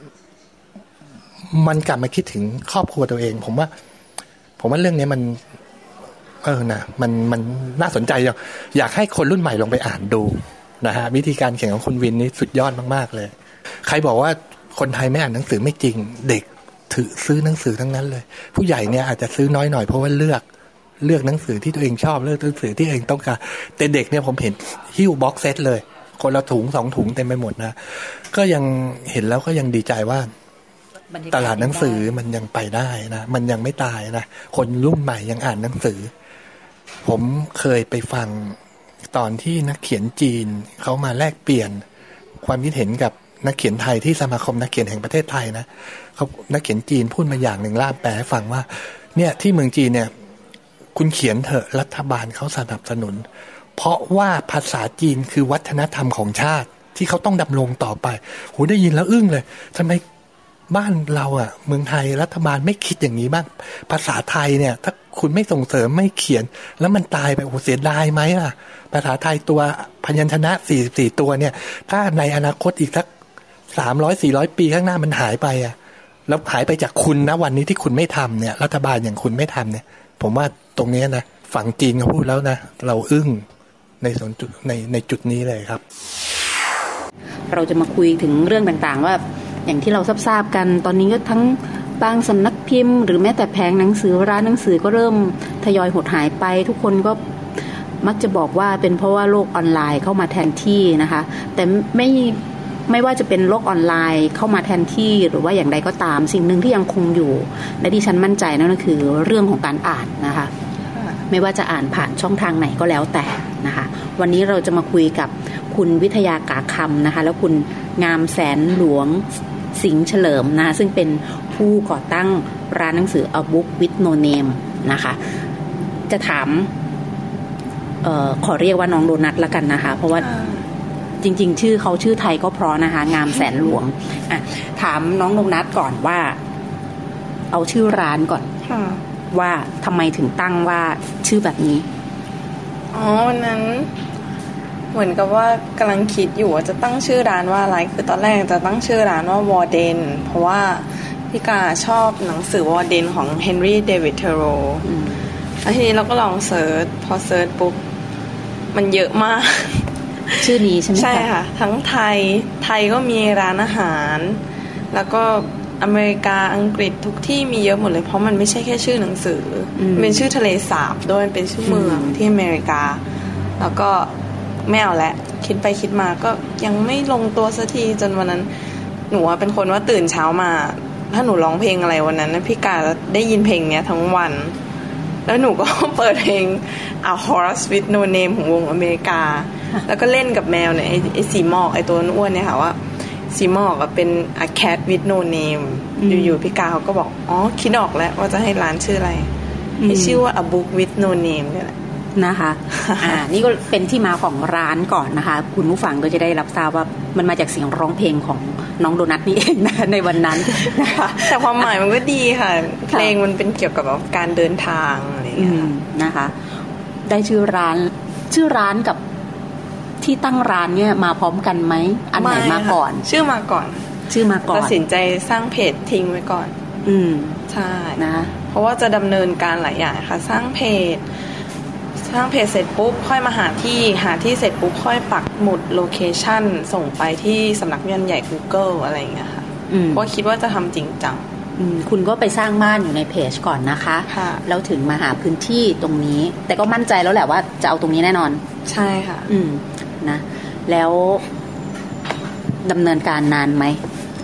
มันกลับมาคิดถึงครอบครัวตัวเองผมว่าผมว่าเรื่องนี้มันเออนะมันมันน่าสนใจอยากอยากให้คนรุ่นใหม่ลงไปอ่านดูนะฮะวิธีการเขียนของคุณวินนี่สุดยอดมากๆเลยใครบอกว่าคนไทยไม่อ่านหนังสือไม่จริงเด็กถือซื้อหนังสือทั้งนั้นเลยผู้ใหญ่เนี่ยอาจจะซื้อน้อยหน่อยเพราะว่าเลือกเลือกหนังสือที่ตัวเองชอบเลือกหนังสือที่ตัวเองต้องการแต่เด็กเนี่ยผมเห็นหิ้วบ็อกเซตเลยคนละถุงสองถุงเต็มไปหมดนะก็ยังเห็นแล้วก็ยังดีใจว่าตลาดหนังสือมันยังไปได้นะมันยังไม่ตายนะคนรุ่นใหม่ยังอ่านหนังสือผมเคยไปฟังตอนที่นักเขียนจีนเขามาแลกเปลี่ยนความคิดเห็นกับนักเขียนไทยที่สมาคมนักเขียนแห่งประเทศไทยนะเขานักเขียนจีนพูดมาอย่างหนึ่งล่ามแปลให้ฟังว่าเนี่ยที่เมืองจีนเนี่ยคุณเขียนเถอะรัฐบาลเขาสนับสนุนเพราะว่าภาษาจีนคือวัฒนธรรมของชาติที่เขาต้องดำรงต่อไปโหได้ยินแล้วอึ้งเลยทำไมบ้านเราอ่ะเมืองไทยรัฐบาลไม่คิดอย่างนี้บ้างภาษาไทยเนี่ยถ้าคุณไม่ส่งเสริมไม่เขียนแล้วมันตายไปโอ้เสียดายไหมล่ะภาษาไทยตัวพยัญชนะสี่สิบสี่ตัวเนี่ยถ้าในอนาคตอีกสักสามร้อยสี่ร้อยปีข้างหน้ามันหายไปอ่ะแล้วหายไปจากคุณนะวันนี้ที่คุณไม่ทำเนี่ยรัฐบาลอย่างคุณไม่ทำเนี่ยผมว่าตรงนี้นะฝั่งจีนเขาพูดแล้วนะเราอึ้งในส่วนจุดในในจุดนี้เลยครับเราจะมาคุยถึงเรื่องต่างๆว่าอย่างที่เราทราบๆกันตอนนี้ก็ทั้งบางสำนักพิมพ์หรือแม้แต่แผงหนังสือร้านหนังสือก็เริ่มทยอยหดหายไปทุกคนก็มักจะบอกว่าเป็นเพราะว่าโลกออนไลน์เข้ามาแทนที่นะคะแต่ไม่ไม่ว่าจะเป็นโลกออนไลน์เข้ามาแทนที่หรือว่าอย่างใดก็ตามสิ่งหนึ่งที่ยังคงอยู่และดิฉันมั่นใจนั่นก็คือเรื่องของการอ่านนะคะไม่ว่าจะอ่านผ่านช่องทางไหนก็แล้วแต่นะคะวันนี้เราจะมาคุยกับคุณวิทยากาคำนะคะแล้วคุณงามแสนหลวงสิงห์เฉลิมนะคะซึ่งเป็นผู้ก่อตั้งร้านหนังสือ A Book with No Name นะคะจะถามเอ่อขอเรียกว่าน้องโดนัทละกันนะคะเพราะว่าจริงๆชื่อเขาชื่อไทยก็เพราะนะคะงามแสนหลวงอ่ะถามน้องโดนัทก่อนว่าเอาชื่อร้านก่อนว่าทำไมถึงตั้งว่าชื่อแบบนี้อ๋อวันนั้นเหมือนกับว่ากำลังคิดอยู่ว่าจะตั้งชื่อร้านว่าอะไรคือตอนแรกจะตั้งชื่อร้านว่าวอร์เดนเพราะว่าพี่กาชอบหนังสือวอร์เดนของเฮนรี่เดวิดเทโรแล้วทีนี้เราก็ลองเซิร์ชพอเซิร์ชปุ๊บมันเยอะมากชื่อนี้ใช่ไหมคะใช่ค่ะทั้งไทยไทยก็มีร้านอาหารแล้วก็อเมริกาอังกฤษทุกที่มีเยอะหมดเลยเพราะมันไม่ใช่แค่ชื่อหนังสือเป็นชื่อทะเลสาบด้วยเป็นชื่อเมืองที่อเมริกาแล้วก็ไม่เอาละคิดไปคิดมาก็ยังไม่ลงตัวสักทีจนวันนั้นหนูเป็นคนว่าตื่นเช้ามาถ้าหนูร้องเพลงอะไรวันนั้นนะพี่กาได้ยินเพลงเนี้ยทั้งวันแล้วหนูก็เปิดเพลง A Horse with No Name ของวงอเมริกาแล้วก็เล่นกับแมวเนี่ยไอ้สีหมอกไอ้ตัวอ้วนเนี่ยค่ะว่าสีหมอกเป็น A Cat with No Name อยู่ๆพี่กาเขาก็บอกอ๋อคิดออกแล้วว่าจะให้ร้านชื่ออะไรให้ชื่อว่า A Book with No Name เนี่ยแหละนะคะอ่านี่ก็เป็นที่มาของร้านก่อนนะคะคุณผู้ฟังก็จะได้รับทราบว่ามันมาจากเสียงร้องเพลงของน้องโดนัทนี่เองนะคะในวันนั้นนะคะแต่ความหมายมันก็ดีค่ะเพลงมันเป็นเกี่ยวกับการเดินทางอะไรอย่างเงี้ยนะคะได้ชื่อร้านชื่อร้านกับที่ตั้งร้านเนี่ยมาพร้อมกันไหมอันไหนมาก่อนชื่อมาก่อนชื่อมาก่อนตัดสินใจสร้างเพจทิ้งไว้ก่อนอืมใช่นะเพราะว่าจะดำเนินการหลายอย่างค่ะสร้างเพจสร้างเพจเสร็จปุ๊บค่อยมาหาที่หาที่เสร็จปุ๊บค่อยปักหมุดโลเคชั่นส่งไปที่สำนักงานใหญ่ Google อะไรอย่างเงี้ยค่ะเพราะคิดว่าจะทำจริงจังคุณก็ไปสร้างบ้านอยู่ในเพจก่อนนะคะแล้วถึงมาหาพื้นที่ตรงนี้แต่ก็มั่นใจแล้วแหละว่าจะเอาตรงนี้แน่นอนใช่ค่ะอืมนะแล้วดำเนินการนานไหม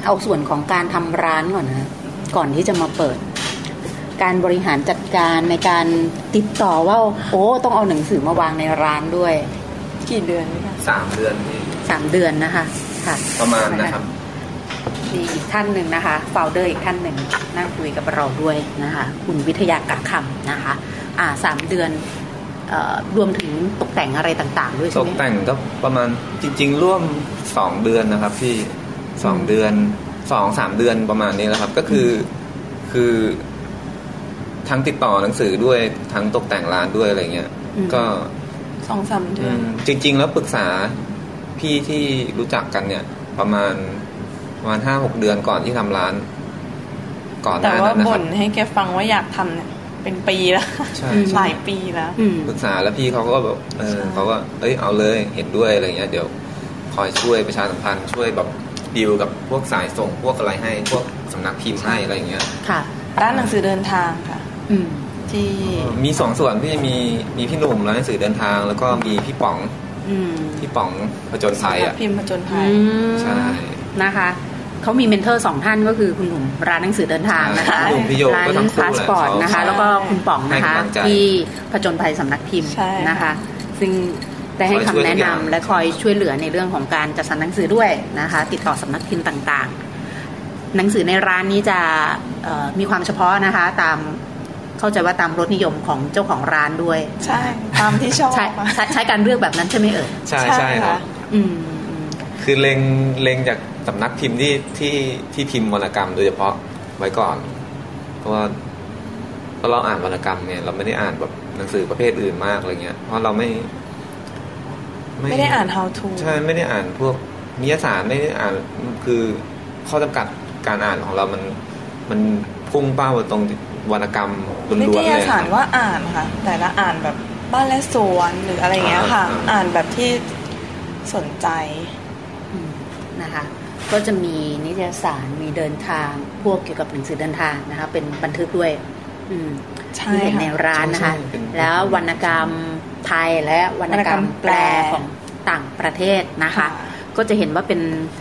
เอาส่วนของการทำร้านก่อนนะก่อนที่จะมาเปิดการบริหารจัดการในการติดต่อว่าโอ้ต้องเอาหนังสือมาวางในร้านด้วยกี่เดือนคะสามเดือนสามเดือนนะคะค่ะประมาณนะครับมีอีกท่านหนึ่งนะคะโฟลเดอร์อีกท่านหนึ่งนั่งคุยกับเราด้วยนะคะคุณวิทยากะคำนะคะอ่าสามเดือนรวมถึงตกแต่งอะไรต่างๆด้วยใช่ไหมตกแต่งก็ประมาณจริงๆร่วมสองเดือนนะครับพี่สองเดือนสองสามเดือนประมาณนี้แหละครับก็คือคือทั้งติดต่อหนังสือด้วยทั้งตกแต่งร้านด้วยอะไรเงี้ยก็สองสามเดือนจริงๆแล้วปรึกษาพี่ที่รู้จักกันเนี่ยประมาณประมาณห้าหกเดือนก่อนที่ทำร้านก่อนหน้านั้นนะครับแต่ว่าบ่นให้แกฟังว่าอยากทำเนี่ยเป็นปีแล้วหลายปีแล้วปรึกษาแล้วพี่เขาก็แบบเออเขาก็เอ้ยเอาเลยเห็นด้วยอะไรเงี้ยเดี๋ยวคอยช่วยประชาสัมพันธ์ช่วยแบบดีลกับพวกสายส่งพวกอะไรให้พวกสำนักพิมพ์ให้อะไรเงี้ยค่ะร้านหนังสือเดินทางค่ะที่มีสองส่วนพี่มีมีพี่หนุ่มร้านหนังสือเดินทางแล้วก็มีพี่ป๋องพี่ป๋องผจญภัยอ่ะพิมพ์ผจญภัยใช่นะคะเขามีเมนเทอร์สองท่านก็คือคุณหนุ่มร้านหนังสือเดินทางนะคะร้านพาสปอร์ตนะคะแล้วก็คุณป๋องนะคะที่ผจญภัยสำนักพิมพ์นะคะซึ่งได้ให้คำแนะนำและคอยช่วยเหลือในเรื่องของการจัดสรรหนังสือด้วยนะคะติดต่อสำนักพิมพ์ต่างๆหนังสือในร้านนี้จะมีความเฉพาะนะคะตามเข้าใจว่าตามรสนิยมของเจ้าของร้านด้วยใช่ตามที่ชอบใช้ใช้การเลือกแบบนั้นใช่ไหมเอ่ยใช่ใช่ครับคือเล็งเล็งจากสำนักพิมพ์ที่ที่ที่พิมพ์วรรณกรรมโดยเฉพาะไว้ก่อนเพราะว่าเพราะเราอ่านวรรณกรรมเนี่ยเราไม่ได้อ่านแบบหนังสือประเภทอื่นมากอะไรเงี้ยเพราะเราไม่ไม่ได้อ่าน how to ใช่ไม่ได้อ่านพวกนิยสารไม่ได้อ่านคือข้อจำกัดการอ่านของเรามันมันพุ่งเป้าไปตรงวรรณกรรมล้วนๆเลยนิยสารว่าอ่านค่ะแต่ละอ่านแบบบ้านและสวนหรืออะไรเงี้ยค่ะอ่านแบบที่สนใจนะคะก็จะมีนิตยสารมีเดินทางพวกเกี่ยวกับหนังสือเดินทางนะคะเป็นบันทึกด้วยที่เห็นในร้านนะคะแล้ววรรณกรรมไทยและวรรณกรรมแปลของต่างประเทศนะคะก็จะเห็นว่าเป็น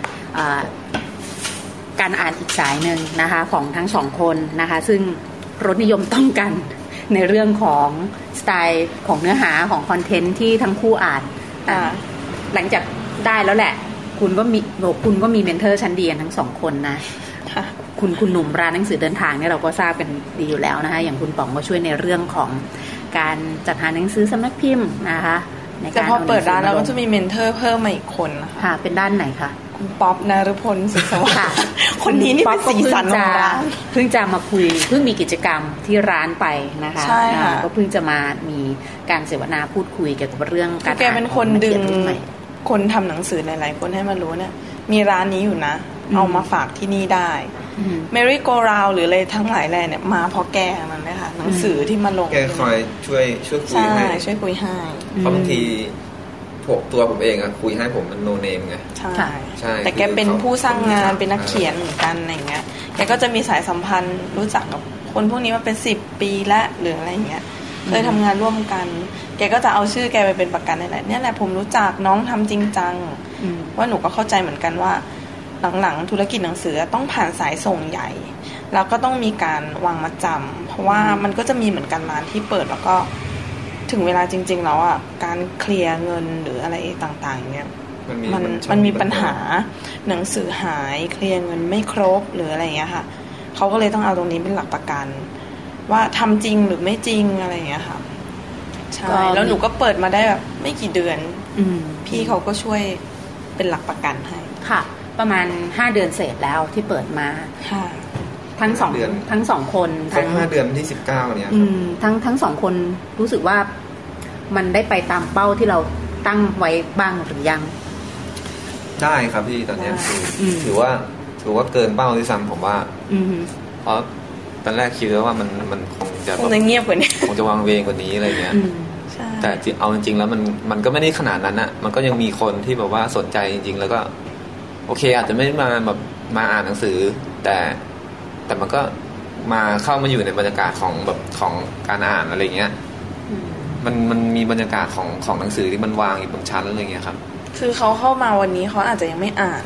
การอ่านอีกสายหนึ่งนะคะของทั้งสองคนนะคะซึ่งรสนิยมต้องกันในเรื่องของสไตล์ของเนื้อหาของคอนเทนต์ที่ทั้งคู่อ่านหลังจากได้แล้วแหละคุณก็มีบอกคุณก็มีเมนเทอร์ชั้นดีกันทั้งสองคนนะคุณคุณหนุ่มร้านหนังสือเดินทางเนี่ยเราก็ทราบกันดีอยู่แล้วนะคะอย่างคุณป๋องก็ช่วยในเรื่องของการจัดหาหนังสือสำนักพิมพ์นะคะในการแต่พอเปิดร้านเราก็จะมีเมนเทอร์เพิ่มมาอีกคนค่ะเป็นด้านไหนคะคุณป๊อปนฤพลสุขสวัสดิ์คนนี้นี่เป็นสีสันของร้านเพิ่งจะมาคุยเพิ่งมีกิจกรรมที่ร้านไปนะคะใช่ค่ะก็เพิ่งจะมามีการเสวนาพูดคุยเกี่ยวกับเรื่องการแกเป็นคนดึงคนทำหนังสือหลายๆคนให้มารู้เนี่ยมีร้านนี้อยู่นะเอามาฝากที่นี่ได้เมรี่โกราวหรืออะไรทั้งหลายแหล่เนี่ยมาเพราะแกมันเลยค่ะหนังสือที่มาลงแกคอยช่วยช่วยคุยให้ช่วยคุยให้เพราะบางทีผมตัวผมเองอะคุยให้ผมมันโนเนมไงใช่ใช่แต่แกเป็นผู้สร้างงานเป็นนักเขียนเหมือนกันอะไรเงี้ยแกก็จะมีสายสัมพันธ์รู้จักกับคนพวกนี้มาเป็นสิบปีแล้วหรืออะไรเงี้ยเคยทำงานร่วมกันแกก็จะเอาชื่อแกไปเป็นประกันนี่แหละเนี่ยแหละผมรู้จักน้องทำจริงจังว่าหนูก็เข้าใจเหมือนกันว่าหลังๆธุรกิจหนังสือต้องผ่านสายส่งใหญ่แล้วก็ต้องมีการวางมัดจำเพราะว่ามันก็จะมีเหมือนกันร้านที่เปิดแล้วก็ถึงเวลาจริงๆแล้วอ่ะการเคลียร์เงินหรืออะไรต่างๆเนี่ยมันมันมีปัญหาหนังสือหายเคลียร์เงินไม่ครบหรืออะไรอย่างเงี้ยค่ะเขาก็เลยต้องเอาตรงนี้เป็นหลักประกันว่าทำจริงหรือไม่จริงอะไรอย่างเงี้ยค่ะใช่แล้วหนูก็เปิดมาได้แบบไม่กี่เดือนพี่เขาก็ช่วยเป็นหลักประกันให้ค่ะประมาณห้าเดือนเศษแล้วที่เปิดมาค่ะทั้งสองทั้งสองคนทั้งห้าเดือนที่สิบเก้าเนี่ยทั้งทั้งสองคนรู้สึกว่ามันได้ไปตามเป้าที่เราตั้งไว้บ้างหรือยังได้ครับพี่ตอนนี้ถือว่าถือว่าเกินเป้าที่ซ้ำผมว่าเพราะตอนแรกคิดว่ามันมันคงจะคงจะเงียบกว่านี้คงจะวางเวงกว่านี้อะไรเงี้ยแต่เอาจริงๆแล้วมันมันก็ไม่ได้ขนาดนั้นอะมันก็ยังมีคนที่แบบว่าสนใจจริงๆแล้วก็โอเคอาจจะไม่มาแบบมาอ่านหนังสือแต่แต่มันก็มาเข้ามาอยู่ในบรรยากาศของแบบของการอ่านอะไรเงี้ยมันมันมีบรรยากาศของของหนังสือที่มันวางอยู่บนชั้นอะไรเงี้ยครับคือเขาเข้ามาวันนี้เขาอาจจะยังไม่อ่าน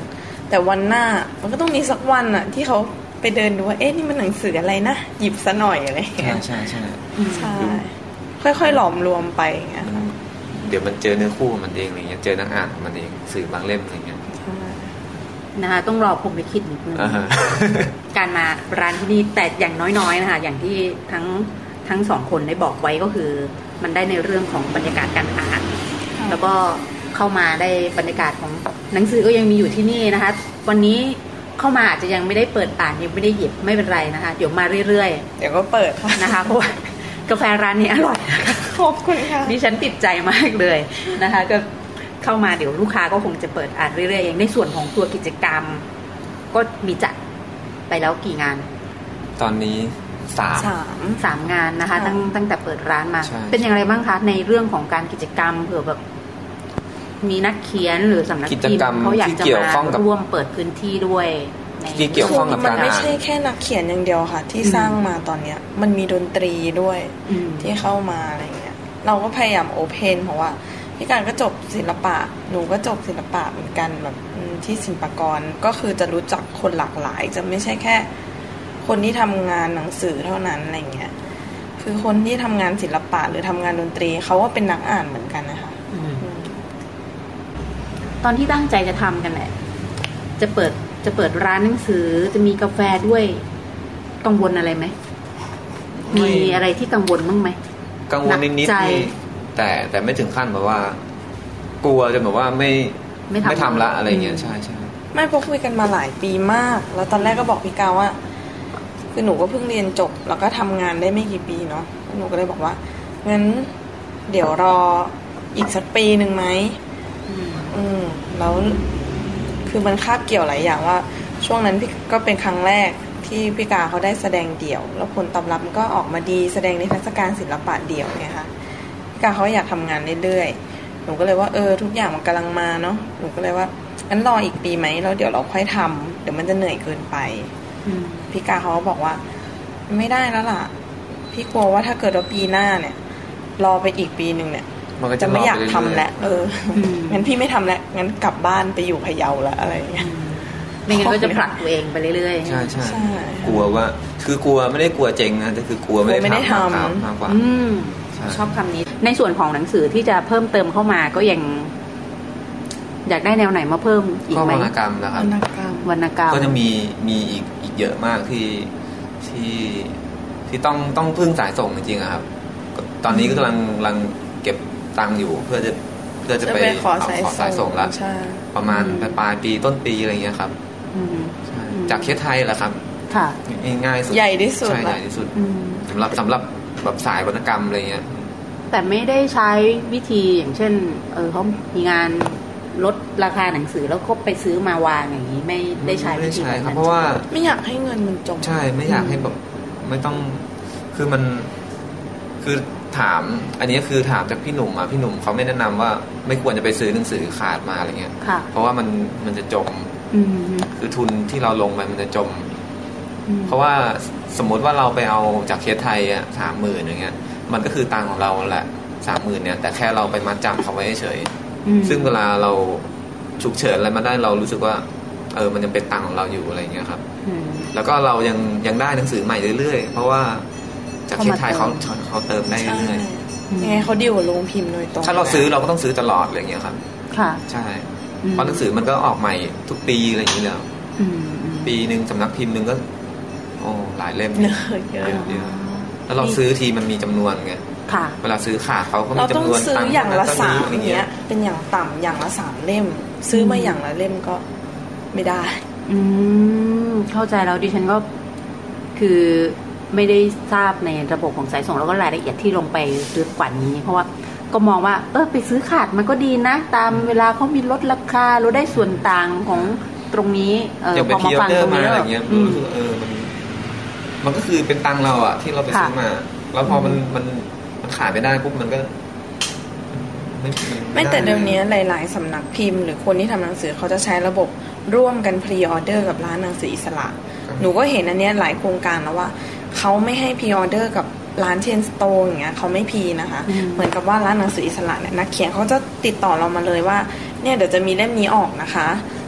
แต่วันหน้ามันก็ต้องมีสักวันอะที่เขาไปเดินดูว่าเอ๊ะนี่มันหนังสืออะไรนะหยิบซะหน่อยอะไรอย่างเงี้ยใช่ใช่ใช่ค่อยๆหลอมรวมไปอย่างเงี้ยเดี๋ยวมันเจอเนื้อคู่มันเองอะไรเงี้ยเจอนักอ่านมันเองสื่อบางเล่มอะไรเงี้ยนะคะต้องรอผมไปคิดนิดนึง การมาร้านที่นี่แต่อย่างน้อยๆนะคะอย่างที่ทั้งทั้งสองคนได้บอกไว้ก็คือมันได้ในเรื่องของบรรยากาศการอ่านแล้วก็เข้ามาได้บรรยากาศของหนังสือก็ยังมีอยู่ที่นี่นะคะวันนี้เข้ามาอาจจะยังไม่ได้เปิดอ่านยังไม่ได้หยิบไม่เป็นไรนะคะเดี๋ยวมาเรื่อยๆเดี๋ยวก็เปิดนะคะเพราะว่ากาแฟร้านนี้อร่อยขอบคุณค่ะดิฉันติดใจมากเลยนะคะก็เข้ามาเดี๋ยวลูกค้าก็คงจะเปิดอ่านเรื่อยๆอย่างในส่วนของตัวกิจกรรมก็มีจัดไปแล้วกี่งานตอนนี้สามสามงานนะคะตั้งตั้งแต่เปิดร้านมาเป็นอย่างไรบ้างคะในเรื่องของการกิจกรรมเผื่อแบบมีนักเขียนหรือสำนักพิมพ์เขาอยากจะมาร่วมเปิดพื้นที่ด้วยที่เกี่ยวข้องกับมันไม่ใช่แค่นักเขียนอย่างเดียวค่ะที่สร้างมาตอนเนี้ยมันมีดนตรีด้วยที่เข้ามาอะไรเงี้ยเราก็พยายามโอเพนเพราะว่าพี่การก็จบศิลปะหนูก็จบศิลปะเหมือนกันแบบที่ศิลปากรก็คือจะรู้จักคนหลากหลายจะไม่ใช่แค่คนที่ทำงานหนังสือเท่านั้นอะไรเงี้ยคือคนที่ทำงานศิลปะหรือทำงานดนตรีเขาก็เป็นนักอ่านเหมือนกันนะคะตอนที่ตั้งใจจะทำกันแหละจะเปิดจะเปิดร้านหนังสือจะมีกาแฟด้วยกังวลอะไรไหมมีอะไรที่กังวลบ้างไหมกังวลนิดๆแต่แต่ไม่ถึงขั้นแบบว่ากลัวจะแบบว่าไม่ไม่ทำละอะไรเงี้ยใช่ใช่ไม่พอคุยกันมาหลายปีมากแล้วตอนแรกก็บอกพี่กาวว่าคือหนูก็เพิ่งเรียนจบแล้วก็ทำงานได้ไม่กี่ปีเนาะหนูก็เลยบอกว่างั้นเดี๋ยวรออีกสักปีหนึ่งไหมอืมแล้วคือมันคาบเกี่ยวหลายอย่างว่าช่วงนั้นพี่ก็เป็นครั้งแรกที่พี่กาเขาได้แสดงเดี่ยวแล้วผลตอบรับมันก็ออกมาดีแสดงในเทศกาลศิลปะเดี่ยวไงคะพี่กาเขาอยากทำงานเรื่อยๆหนูก็เลยว่าเออทุกอย่างมันกำลังมาเนาะหนูก็เลยว่างั้นรออีกปีไหมแล้วเดี๋ยวเราค่อยทำเดี๋ยวมันจะเหนื่อยเกินไปพี่กาเขาบอกว่าไม่ได้แล้วล่ะพี่กลัวว่าถ้าเกิดว่าปีหน้าเนี่ยรอไปอีกปีนึงเนี่ยจะไม่อยากทำแล้วเอองั้นพี่ไม่ทำแล้วงั้นกลับบ้านไปอยู่พะเยาแล้วอะไรอย่างเงี้ยไม่งั้นก็จะผลักตัวเองไปเรื่อยๆใช่ใช่กลัวว่าคือกลัวไม่ได้กลัวเจ๊งนะแต่คือกลัวไม่ได้ทำมากกว่าชอบคำนี้ในส่วนของหนังสือที่จะเพิ่มเติมเข้ามาก็ยังอยากได้แนวไหนมาเพิ่มอีกไหมวรรณกรรมนะครับวรรณกรรมวรรณกรรมก็จะมีมีอีกอีกเยอะมากที่ที่ที่ต้องต้องพึ่งสายส่งจริงๆครับตอนนี้ก็กำลังกำลังเก็บตังค์อยู่เพื่อจะเพื่อจะไปขอสายส่งแล้วประมาณปลายปีต้นปีอะไรเงี้ยครับจากเคสไทยแหละครับค่ะง่ายสุดใหญ่ที่สุดใช่ใหญ่ที่สุดสำหรับสำหรับแบบสายวรรณกรรมอะไรเงี้ยแต่ไม่ได้ใช้วิธีอย่างเช่นเออเขามีงานลดราคาหนังสือแล้วก็ไปซื้อมาวางอย่างนี้ไม่ได้ใช้วิธีนั้นเพราะว่าไม่อยากให้เงินมันจมใช่ไม่อยากให้แบบไม่ต้องคือมันคือถามอันนี้คือถามจากพี่หนุ่มอ่ะพี่หนุ่มเขาไม่แนะนำว่าไม่ควรจะไปซื้อหนังสือขาดมาอะไรเงี้ยเพราะว่ามันมันจะจมคือทุนที่เราลงไปมันจะจมเพราะว่าสมมติว่าเราไปเอาจากเคสไทยอ่ะสามหมื่นอย่างเงี้ยมันก็คือตังของเราแหละสามหมื่นเนี่ยแต่แค่เราไปมัดจำเขาไว้เฉยซึ่งเวลาเราฉุกเฉินอะไรมาได้เรารู้สึกว่าเออมันยังเป็นตังของเราอยู่อะไรเงี้ยครับแล้วก็เรายังยังได้หนังสือใหม่เรื่อยๆเพราะว่าจากเคสไทยเขาเขาเติมได้เรื่อยๆยังไงเขาดีลกับโรงพิมพ์โดยตรงถ้าเราซื้อเราก็ต้องซื้อตลอดอะไรเงี้ยครับค่ะใช่เพราะหนังสือมันก็ออกใหม่ทุกปีอะไรอย่างนี้แล้วปีนึงสำนักพิมพ์นึงก็โอ้หลายเล่มเยอะเยอะแล้วเราซื้อทีมันมีจำนวนไงเวลาซื้อขาดเขาก็มีจำนวนตังค์อย่างละสามอย่างเงี้ยเป็นอย่างต่ำอย่างละสามเล่มซื้อมาอย่างละเล่มก็ไม่ได้อืมเข้าใจแล้วดิฉันก็คือไม่ได้ทราบในระบบของสายส่งแล้วก็รายละเอียดที่ลงไปลึกกว่านี้เพราะว่าก็มองว่าเออไปซื้อขาดมันก็ดีนะตามเวลาเขามีลดราคาเราได้ส่วนต่างของตรงนี้เออพอมาฟังตรงนี้อะไรเงี้ยเออมันมันก็คือเป็นตังเราอ่ะที่เราไปซื้อมาแล้วพอมันมันมันขายไม่ได้ปุ๊บมันก็ไม่แต่เดี๋ยวนี้หลายๆสำนักพิมพ์หรือคนที่ทำหนังสือเขาจะใช้ระบบร่วมกันพรีออเดอร์กับร้านหนังสืออิสระหนูก็เห็นอันนี้หลายโครงการแล้วว่าเขาไม่ให้พรีออเดอร์กับร้านเชนสโตร์อย่างเงี้ยเขาไม่พีนะคะเหมือนกับว่าร้านหนังสืออิสระเนี่ยนักเขียนเขาจะติดต่อเรามาเลยว่าเนี่ยเดี๋ยวจะมีเล่มนี้ออกนะคะ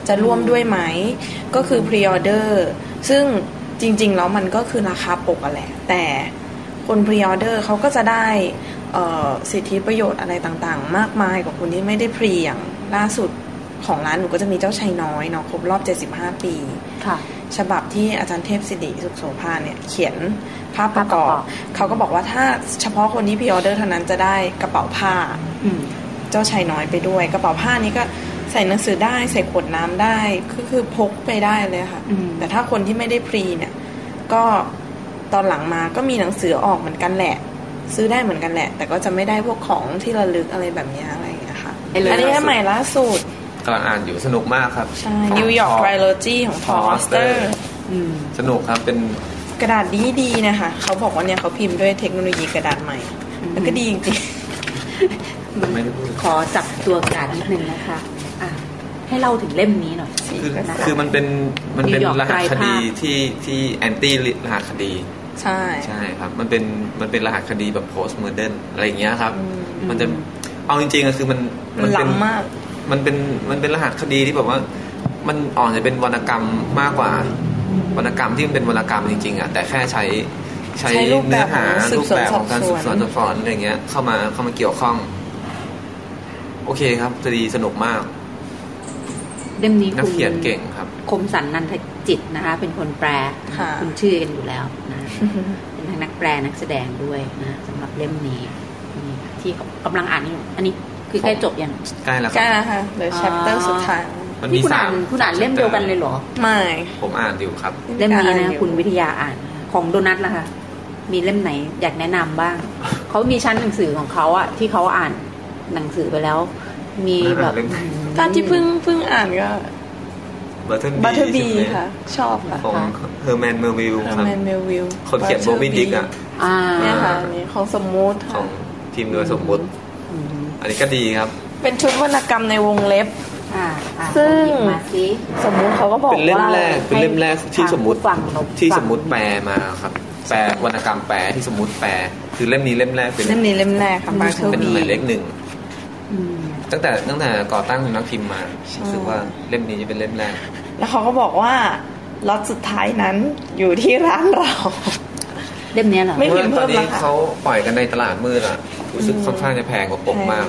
จะร่วมด้วยไหมก็คือพรีออเดอร์ซึ่งจริงๆแล้วมันก็คือราคาปกอะแหละแต่คนพรีออเดอร์เขาก็จะได้สิทธิประโยชน์อะไรต่างๆมากมายกว่าคนที่ไม่ได้พรีอย่างล่าสุดของร้านหนูก็จะมีเจ้าชายน้อยเนาะครบรอบเจ็ดสิบห้าปีค่ะฉบับที่อาจารย์เทพศิริสุขโสภาเนี่ยเขียนภาพประกอบเขาก็บอกว่าถ้าเฉพาะคนที่พรีออเดอร์เท่านั้นจะได้กระเป๋าผ้าเจ้าชายน้อยไปด้วยกระเป๋าผ้านี้ก็ใส่หนังสือได้ใส่ขวดน้ำได้คือคือพกไปได้เลยค่ะแต่ถ้าคนที่ไม่ได้พรีเนี่ยก็ตอนหลังมาก็มีหนังสือออกเหมือนกันแหละซื้อได้เหมือนกันแหละแต่ก็จะไม่ได้พวกของที่ระลึกอะไรแบบนี้อะไรอย่างเงี้ยค่ะอันนี้ใหม่ล่าสุดกำลังอ่านอยู่สนุกมากครับใช่นิวยอร์กไทรโลจีของพอลออสเตอร์สนุกครับเป็นกระดาษดีๆนะคะเขาบอกว่าเนี่ยเขาพิมพ์ด้วยเทคโนโลยีกระดาษใหม่แล้วก็ดีจริงๆขอจับตัวกระดาษนิดนึงนะคะอ่ะให้เล่าถึงเล่มนี้หน่อยคือคือมันเป็นมันเป็นรหัสคดีที่ที่แอนตี้รหัสคดีใช่ใช่ครับมันเป็นมันเป็นรหัสคดีแบบโพสต์โมเดิร์นอะไรอย่างเงี้ยครับมันจะเอาจริงๆก็คือมันมันล้ำมากมันเป็นมันเป็นรหัสคดีที่แบบว่ามันอ่อนจะเป็นวรรณกรรมมากกว่าวรรณกรรมที่มันเป็นวรรณกรรมจริงๆอ่ะแต่แค่ใช้ใช้เนื้อหารูปแบบของการสืบสวนสอบสวนอะไรเงี้ยเข้ามาเข้ามาเกี่ยวข้องโอเคครับคดีสนุกมากเล่มนี้นักเขียนเก่งครับคมสันนันทจิตนะคะเป็นคนแปลคุณชื่อกันอยู่แล้วนะเป็นทั้งนักแปลนักแสดงด้วยนะสำหรับเล่มนี้ที่กำลังอ่านอยู่อันนี้คือใกล้จบยังใกล้แล้วใกล้แล้วค่ะเหลือ chapter สุดท้ายมันมีสามคุณอ่านเล่มเดียวกันเลยเหรอไม่ผมอ่านอยู่ครับเล่มนี้นะคุณวิทยาอ่านของโดนัทล่ะคะมีเล่มไหนอยากแนะนำบ้างเขามีชั้นหนังสือของเขาอะที่เขาอ่านหนังสือไปแล้วมีแบบการที่เพิ่งเพิ่งอ่านก็บัตเทอร์บีค่ะชอบค่ะของเฮอร์แมนเมลวิลเฮอร์แมนเมลวิลคนเขียนโบบี้ดิกอ่ะเนี่ยค่ะนี่ของสมมุติของทีมโดยสมมุติอันนี้ก็ดีครับเป็นชุดวรรณกรรมในวงเล็บซึ่งสมมุติเขาก็บอกว่าเป็นเล่มแรกเป็นเล่มแรกที่สมมุติที่สมมุติแปลมาครับแปลวรรณกรรมแปลที่สมมุติแปลคือเล่มนี้เล่มแรกเป็นเล่มนี้เล่มแรกค่ะเป็นหมายเลขหนึ่งตั้งแต่ตั้งแต่ก่อตั้งนักพิมพ์มารู้สึกว่าเล่มนี้จะเป็นเล่มแรกแล้วเขาก็บอกว่าล็อตสุดท้ายนั้นอยู่ที่ร้านเราเล่มนี้เหรอไม่พิมพ์เพิ่มแล้วค่ะเขาปล่อยกันในตลาดมืดอ่ะรู้สึกค่อนข้างจะแพงกว่าปกมาก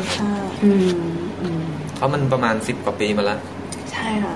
เพราะมันประมาณสิบกว่าปีมาแล้วใช่ค่ะ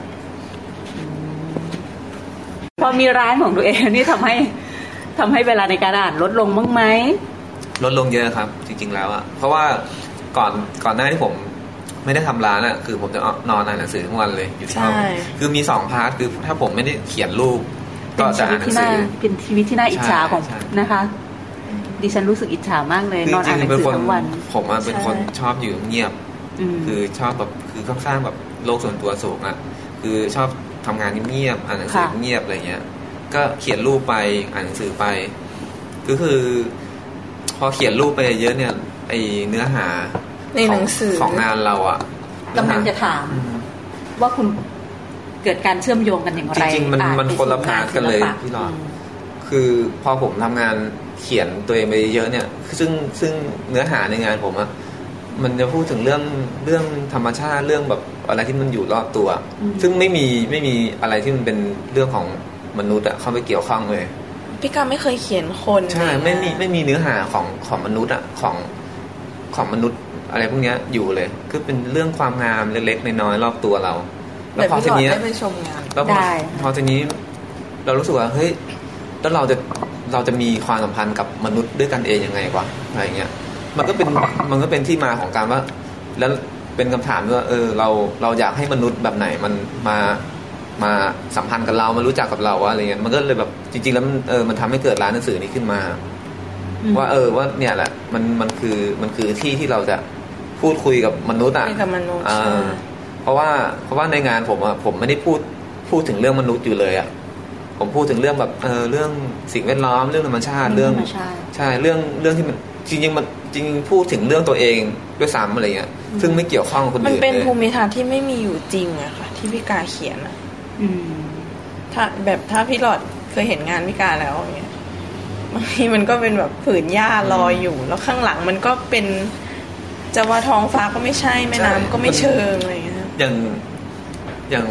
พอมีร้านของตัวเองนี่ทำให้ทำให้เวลาในการอ่านลดลงบ้างไหมลดลงเยอะครับจริงๆแล้วอ่ะเพราะว่าก่อนก่อนหน้าที่ผมไม่ได้ทำร้านอ่ะคือผมจะนอนอ่านหนังสือทั้งวันเลยอยู่ที่ห้องคือมีสองพาร์ทคือถ้าผมไม่ได้เขียนรูปก็จะอ่านหนังสือเป็นชีวิตที่น่าอิจฉาของนะคะดิฉันรู้สึกอิจฉามากเลยนอนอ่านหนังสือทั้งวันผมเป็นคนชอบอยู่เงียบคือชอบแบบคือค่อนข้างแบบโลกส่วนตัวสูงอ่ะคือชอบทำงานเงียบอ่านหนังสือเงียบอะไรเงี้ยก็เขียนรูปไปอ่านหนังสือไปก็คือพอเขียนรูปไปเยอะเนี่ยไอเนื้อหาในหนังสือของงานเราอ่ะกำลังจะถามว่าคุณเกิดการเชื่อมโยงกันอย่างไรจริงๆมันมันคนละพาร์ทกันเลยพี่หลอดคือพอผมทำงานเขียนตัวเองไปเยอะเนี่ยซึ่งซึ่งเนื้อหาในงานผมอะมันจะพูดถึงเรื่องเรื่องธรรมชาติเรื่องแบบอะไรที่มันอยู่รอบตัวซึ่งไม่มีไม่มีอะไรที่มันเป็นเรื่องของมนุษย์อะเข้าไปเกี่ยวข้องเลยพี่กาไม่เคยเขียนคนใช่ไม่มีไม่มีเนื้อหาของของมนุษย์อะของของมนุษย์อะไรพวกนี้อยู่เลยคือเป็นเรื่องความงามเล็กๆน้อยๆรอบตัวเราแล้วพอทีนี้ได้ไปชมงานแล้วพอทีนี้เรารู้สึกว่าเฮ้ยแล้วเราจะเราจะมีความสัมพันธ์กับมนุษย์ด้วยกันเองยังไงวะอะไรเงี้ยมันก็เป็นมันก็เป็นที่มาของการว่าแล้วเป็นคำถามว่าเออเราเราอยากให้มนุษย์แบบไหนมันมามาสัมพันธ์กับเรามารู้จักกับเราว่าอะไรเงี้ยมันก็เลยแบบจริงๆแล้วมันเออมันทำให้เกิดร้านหนังสือนี้ขึ้นมาว่าเออว่าเนี่ยแหละมันมันคือมันคือที่ที่เราจะพูดคุยกับมนุษย์อ่ะเพราะว่าเพราะว่าในงานผมอ่ะผมไม่ได้พูดพูดถึงเรื่องมนุษย์อยู่เลยอ่ะผมพูดถึงเรื่องแบบเออเรื่องสิ่งแวดล้อมเรื่องธรรมชาติเรื่องใช่เรื่องเรื่องที่มันจริงๆมันจริงพูดถึงเรื่องตัวเองด้วยซ้ำอะไรเงี้ยซึ่งไม่เกี่ยวข้องคนอื่นมันเป็นภูมิทัศน์ที่ไม่มีอยู่จริงอะค่ะที่พี่กาเขียนอะถ้าแบบถ้าพี่หลอดเคยเห็นงานพี่กาแล้วอย่างเงี้ยบางทีมันก็เป็นแบบผืนหญ้าลอยอยู่แล้วข้างหลังมันก็เป็นจะว่าท้องฟ้าก็ไม่ใช่แม่น้ำก็ไม่เชิงอะไรเงี้ยอย่างอย่าง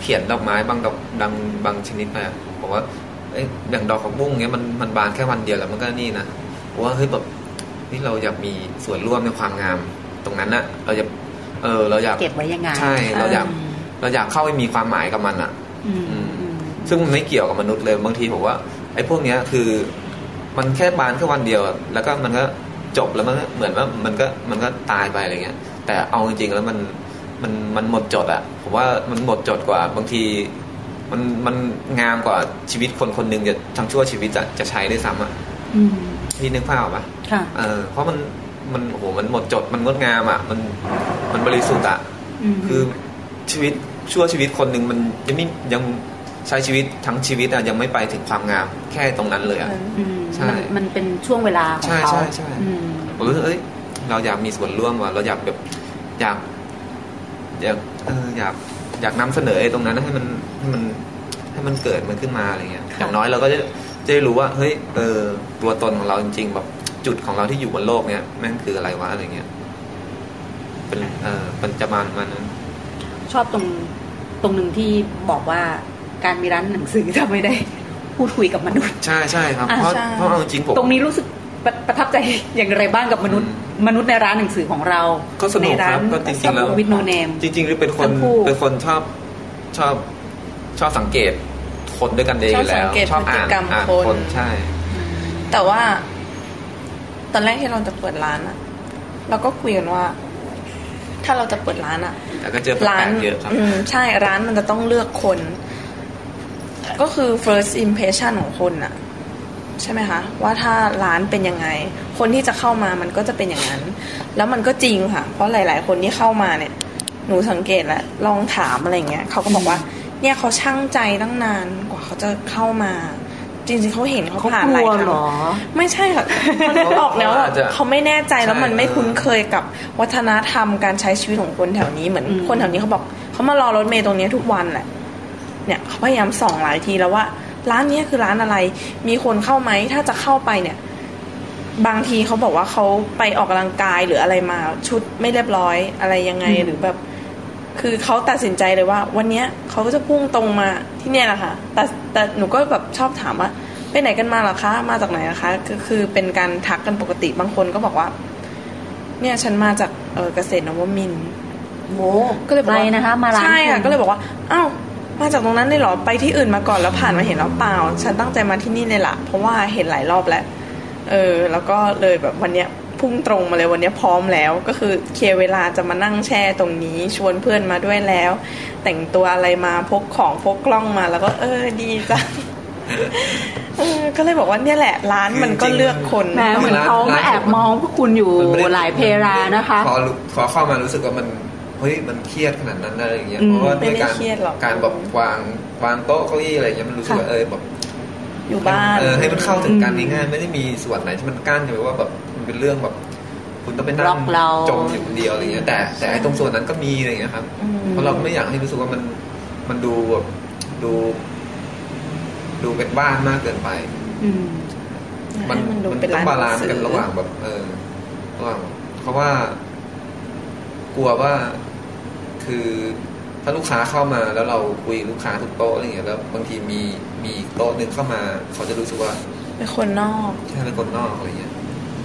เขียนดอกไม้บางดอกบางบางชนิดไปบอกว่าเอ้ยอย่างดอกผักบุ้งเงี้ยมันมันบานแค่วันเดียวแล้วมันก็นี่นะเพราะว่าเฮ้ยแบบนี่เราอยากมีส่วนร่วมในความงามตรงนั้นนะเราจะเออเราอยากเก็บไว้ยังไงใช่เราอยากเราอยากเข้าไปมีความหมายกับมันอ่ะซึ่งมันไม่เกี่ยวกับมนุษย์เลยบางทีผมว่าไอ้พวกเนี้ยคือมันแค่บานแค่วันเดียวแล้วก็มันก็จบแล้วมันเหมือนว่ามันก็มันก็ตายไปอะไรเงี้ยแต่เอาจริงๆแล้วมันมันมันหมดจดอะผมว่ามันหมดจดกว่าบางทีมันมันงามกว่าชีวิตคนคนหนึ่งจะทั้งชั่วชีวิตจะจะใช้ได้ซ้ำอะพี่นึกภาพออกปะเออเพราะมันมันโหมันหมดจดมันงดงามอะมันมันบริสุทธิ์อะคือชีวิตชั่วชีวิตคนหนึ่งมันยังไม่ยังใช้ชีวิตทั้งชีวิตอะยังไม่ไปถึงความงามแค่ตรงนั้นเลยอะใช่มันเป็นช่วงเวลาของเขาใช่ใช่ใช่ผมรู้สึกเอ้ยเราอยากมีส่วนร่วมว่ะเราอยากแบบอยากอยากเอออยากอยากนำเสนอไอ้ตรงนั้นให้มันให้มันให้มันเกิดมันขึ้นมาอะไรเงี้ยอย่างน้อยเราก็จะจะได้รู้ว่าเฮ้ยเออตัวตนของเราจริงๆแบบจุดของเราที่อยู่บนโลกเนี้ยแม่งคืออะไรวะอะไรเงี้ยเป็นเออเป็นจะมามันนั้นชอบตรงตรงหนึ่งที่บอกว่าการมีร้านหนังสือทำไม่ได้พูดคุยกับมนุษย์ใช่ใช่ครับเพราะเพราะเอาจริงผมตรงนี้รู้สึกประทับใจอย่างไรบ้างกับมนุษย์มนุษย์ในร้านหนังสือของเราก็สนุกครับก็จริงๆแล้ววิดโนเนมจริงๆเป็นคนเป็นคนชอบชอบชอบสังเกตคนด้วยกันเองอยู่แล้วชอบอ่านคนใช่แต่ว่าตอนแรกที่เราจะเปิดร้านอะเราก็คุยกันว่าถ้าเราจะเปิดร้านอะร้านเยอะครับใช่ร้านมันจะต้องเลือกคนก็คือ first impression ของคนอะใช่ไหมคะว่าถ้าร้านเป็นยังไงคนที่จะเข้ามามันก็จะเป็นอย่างนั้นแล้วมันก็จริงค่ะเพราะหลายๆคนที่เข้ามาเนี่ยหนูสังเกตแล้วลองถามอะไรเงี้ยเขาก็บอกว่าเนี่ยเขาชั่งใจตั้งนานกว่าเขาจะเข้ามาจริงๆเขาเห็นเขาผ่านหลายครั้งไม่ใช่ค่ะมันออกแล้วเขาไม่แน่ใจแล้วมันไม่คุ้นเคยกับวัฒนธรรมการใช้ชีวิตของคนแถวนี้เหมือนคนแถวนี้เขาบอกเขามารอรถเมล์ตรงนี้ทุกวันแหละเนี่ยเขาพยายามส่องหลายทีแล้วว่าร้านนี้คือร้านอะไรมีคนเข้าไหมถ้าจะเข้าไปเนี่ยบางทีเขาบอกว่าเขาไปออกกำลังกายหรืออะไรมาชุดไม่เรียบร้อยอะไรยังไงหรือแบบคือเขาตัดสินใจเลยว่าวันนี้เขาก็จะพุ่งตรงมาที่เนี่ยแหละค่ะแต่แต่หนูก็แบบชอบถามว่าไปไหนกันมาหรอคะมาจากไหนนะคะคือคือเป็นการทักกันปกติบางคนก็บอกว่าเนี่ยฉันมาจากเออเกษตรนวมินทร์โอ้ก็เลยบอกนะคะมาร้านใช่ค่ะก็เลยบอกว่าอ้าวมาจากตรงนั้นได้หรอไปที่อื่นมาก่อนแล้วผ่านมาเห็นแล้วเปล่าฉันตั้งใจมาที่นี่เลยล่ะเพราะว่าเห็นหลายรอบแล้วเออแล้วก็เลยแบบวันเนี้ยพุ่งตรงมาเลยวันนี้พร้อมแล้วก็คือเคลียร์เวลาจะมานั่งแช่ตรงนี้ชวนเพื่อนมาด้วยแล้วแต่งตัวอะไรมาพกของพกกล้องมาแล้วก็เออดีจังเออก็เลยบอกว่าเนี่ยแหละร้านมันก็เลือกคนแหมเหมือนเขามาแอบมองพวกคุณอยู่หลายเพรานะคะพอพอเข้ามารู้สึกว่ามันเฮ้ยมันเครียดขนาดนั้นอะไรอย่างเงี้ยเพราะว่าในการการแบบวางวางโต๊ะเก้าอี้อะไรอย่างเงี้ยมันรู้สึกว่าเออแบบอยู่บ้านเออให้มันเข้าถึงการง่ายๆไม่ได้มีส่วนไหนที่มันกั้นอยู่ว่าแบบมันเป็นเรื่องแบบคุณต้องไปนั่งจมอยู่คนเดียวอะไรเงี้ยแต่แต่ไอ้ตรงส่วนนั้นก็มีอะไรเงี้ยครับเพราะเราไม่อยากให้รู้สึกว่ามันมันดูแบบดูดูเป็นบ้านมากเกินไปมันมันต้องบาลานซ์กันระหว่างแบบเออระหว่างเพราะว่ากลัวว่าคือถ้าลูกค้าเข้ามาแล้วเราคุยลูกค้าทุกโต๊ะอะไรเงี้ยแล้วบางทีมีมีโต๊ะนึงเข้ามาเขาจะรู้สึกว่าเป็นคนนอกใช่เป็นคนนอกอะไรเงี้ย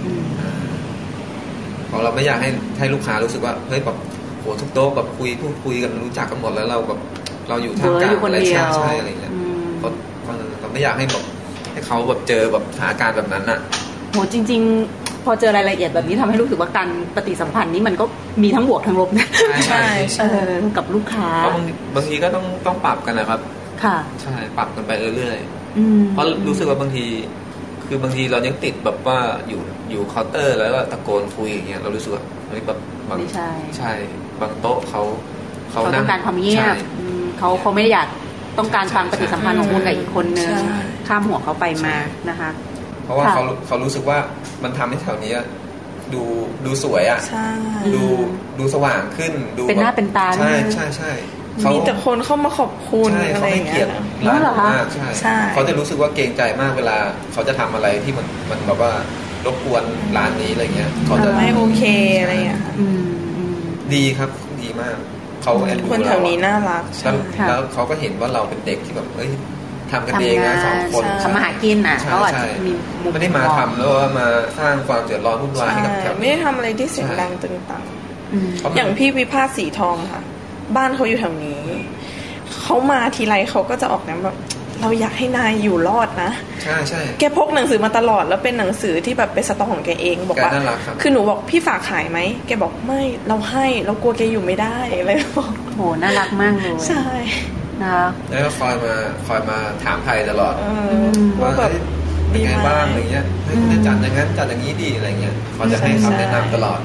เพราะเราไม่อยากให้ให้ลูกค้ารู้สึกว่าเฮ้ยแบบโหทุกโต๊ะแบบคุยพูดคุยกันรู้จักกันหมดแล้วเราแบบเราอยู่ท่ามกลางอะไรใช่ใช่อะไรเงี้ยเพราะเราไม่อยากให้แบบให้เขาแบบเจอแบบสถานการณ์แบบนั้นอ่ะโหจริงๆพอเจอรายละเอียดแบบนี้ทำให้รู้สึกว่าการปฏิสัมพันธ์นี้มันก็มีทั้งบวกทั้งลบนะใช่ใช่กับลูกค้าบางบางทีก็ต้องต้องปรับกันนะครับค่ะใช่ปรับกันไปเรื่อยๆเพราะรู้สึกว่าบางทีคือบางทีเรายังติดแบบว่าอยู่อยู่เคาน์เตอร์แล้วก็ตะโกนคุยอย่างเงี้ยเรารู้สึกว่าเฮ้ยแบบบางใช่ใช่บางโต๊ะเขาเขาต้องการความเงียบเขาเขาไม่ได้อยากต้องการฟังปฏิสัมพันธ์ของคุณกับอีกคนนึงข้ามหัวเขาไปมานะคะเพราะว่าเขาเขารู้สึกว่ามันทำให้แถวนี้ดูดูสวยอ่ะดูดูสว่างขึ้นดูเป็นหน้าเป็นตาใช่ใช่ใช่มีแต่คนเข้ามาขอบคุณอะไรอย่างเงี้ยร้านมากใช่เขาจะรู้สึกว่าเกรงใจมากเวลาเขาจะทำอะไรที่มันมันแบบว่ารบกวนร้านนี้อะไรเงี้ยเขาจะไม่โอเคอะไรอย่างเงี้ยดีครับดีมากเขเขาแอนดูคนแถวนี้น่ารักแล้วเขาก็เห็นว่าเราเป็นเด็กที่แบบเอ้ยทำกันเองนะสองคนทำมาหากินอ่ะเขาอาจจะมีมุมไม่ได้มาทำแล้วมาสร้างความเดือดร้อนวุ่นวายให้กับแถวไม่ได้ทำอะไรที่เสียงดังตึงตังอย่างพี่วิภาสสีทองค่ะบ้านเขาอยู่แถวนี้เขามาทีไรเขาก็จะออกแนวแบบเราอยากให้นายอยู่รอดนะใช่ใช่แกพกหนังสือมาตลอดแล้วเป็นหนังสือที่แบบเป็นสต็อกของแกเองบอกว่าคือหนูบอกพี่ฝากขายไหมแกบอกไม่เราให้เรากลัวแกอยู่ไม่ได้อะไรบอกโหน่ารักมากเลยใช่นะแล้วก็คอยมาคอยมาถามไทยตลอดว่าแบบเป็นไงบ้างอะไรเงี้ยให้จัดอย่างนั้นจัดอย่างนี้ดีอะไรเงี้ยเขาจะให้คำแนะนำตลอด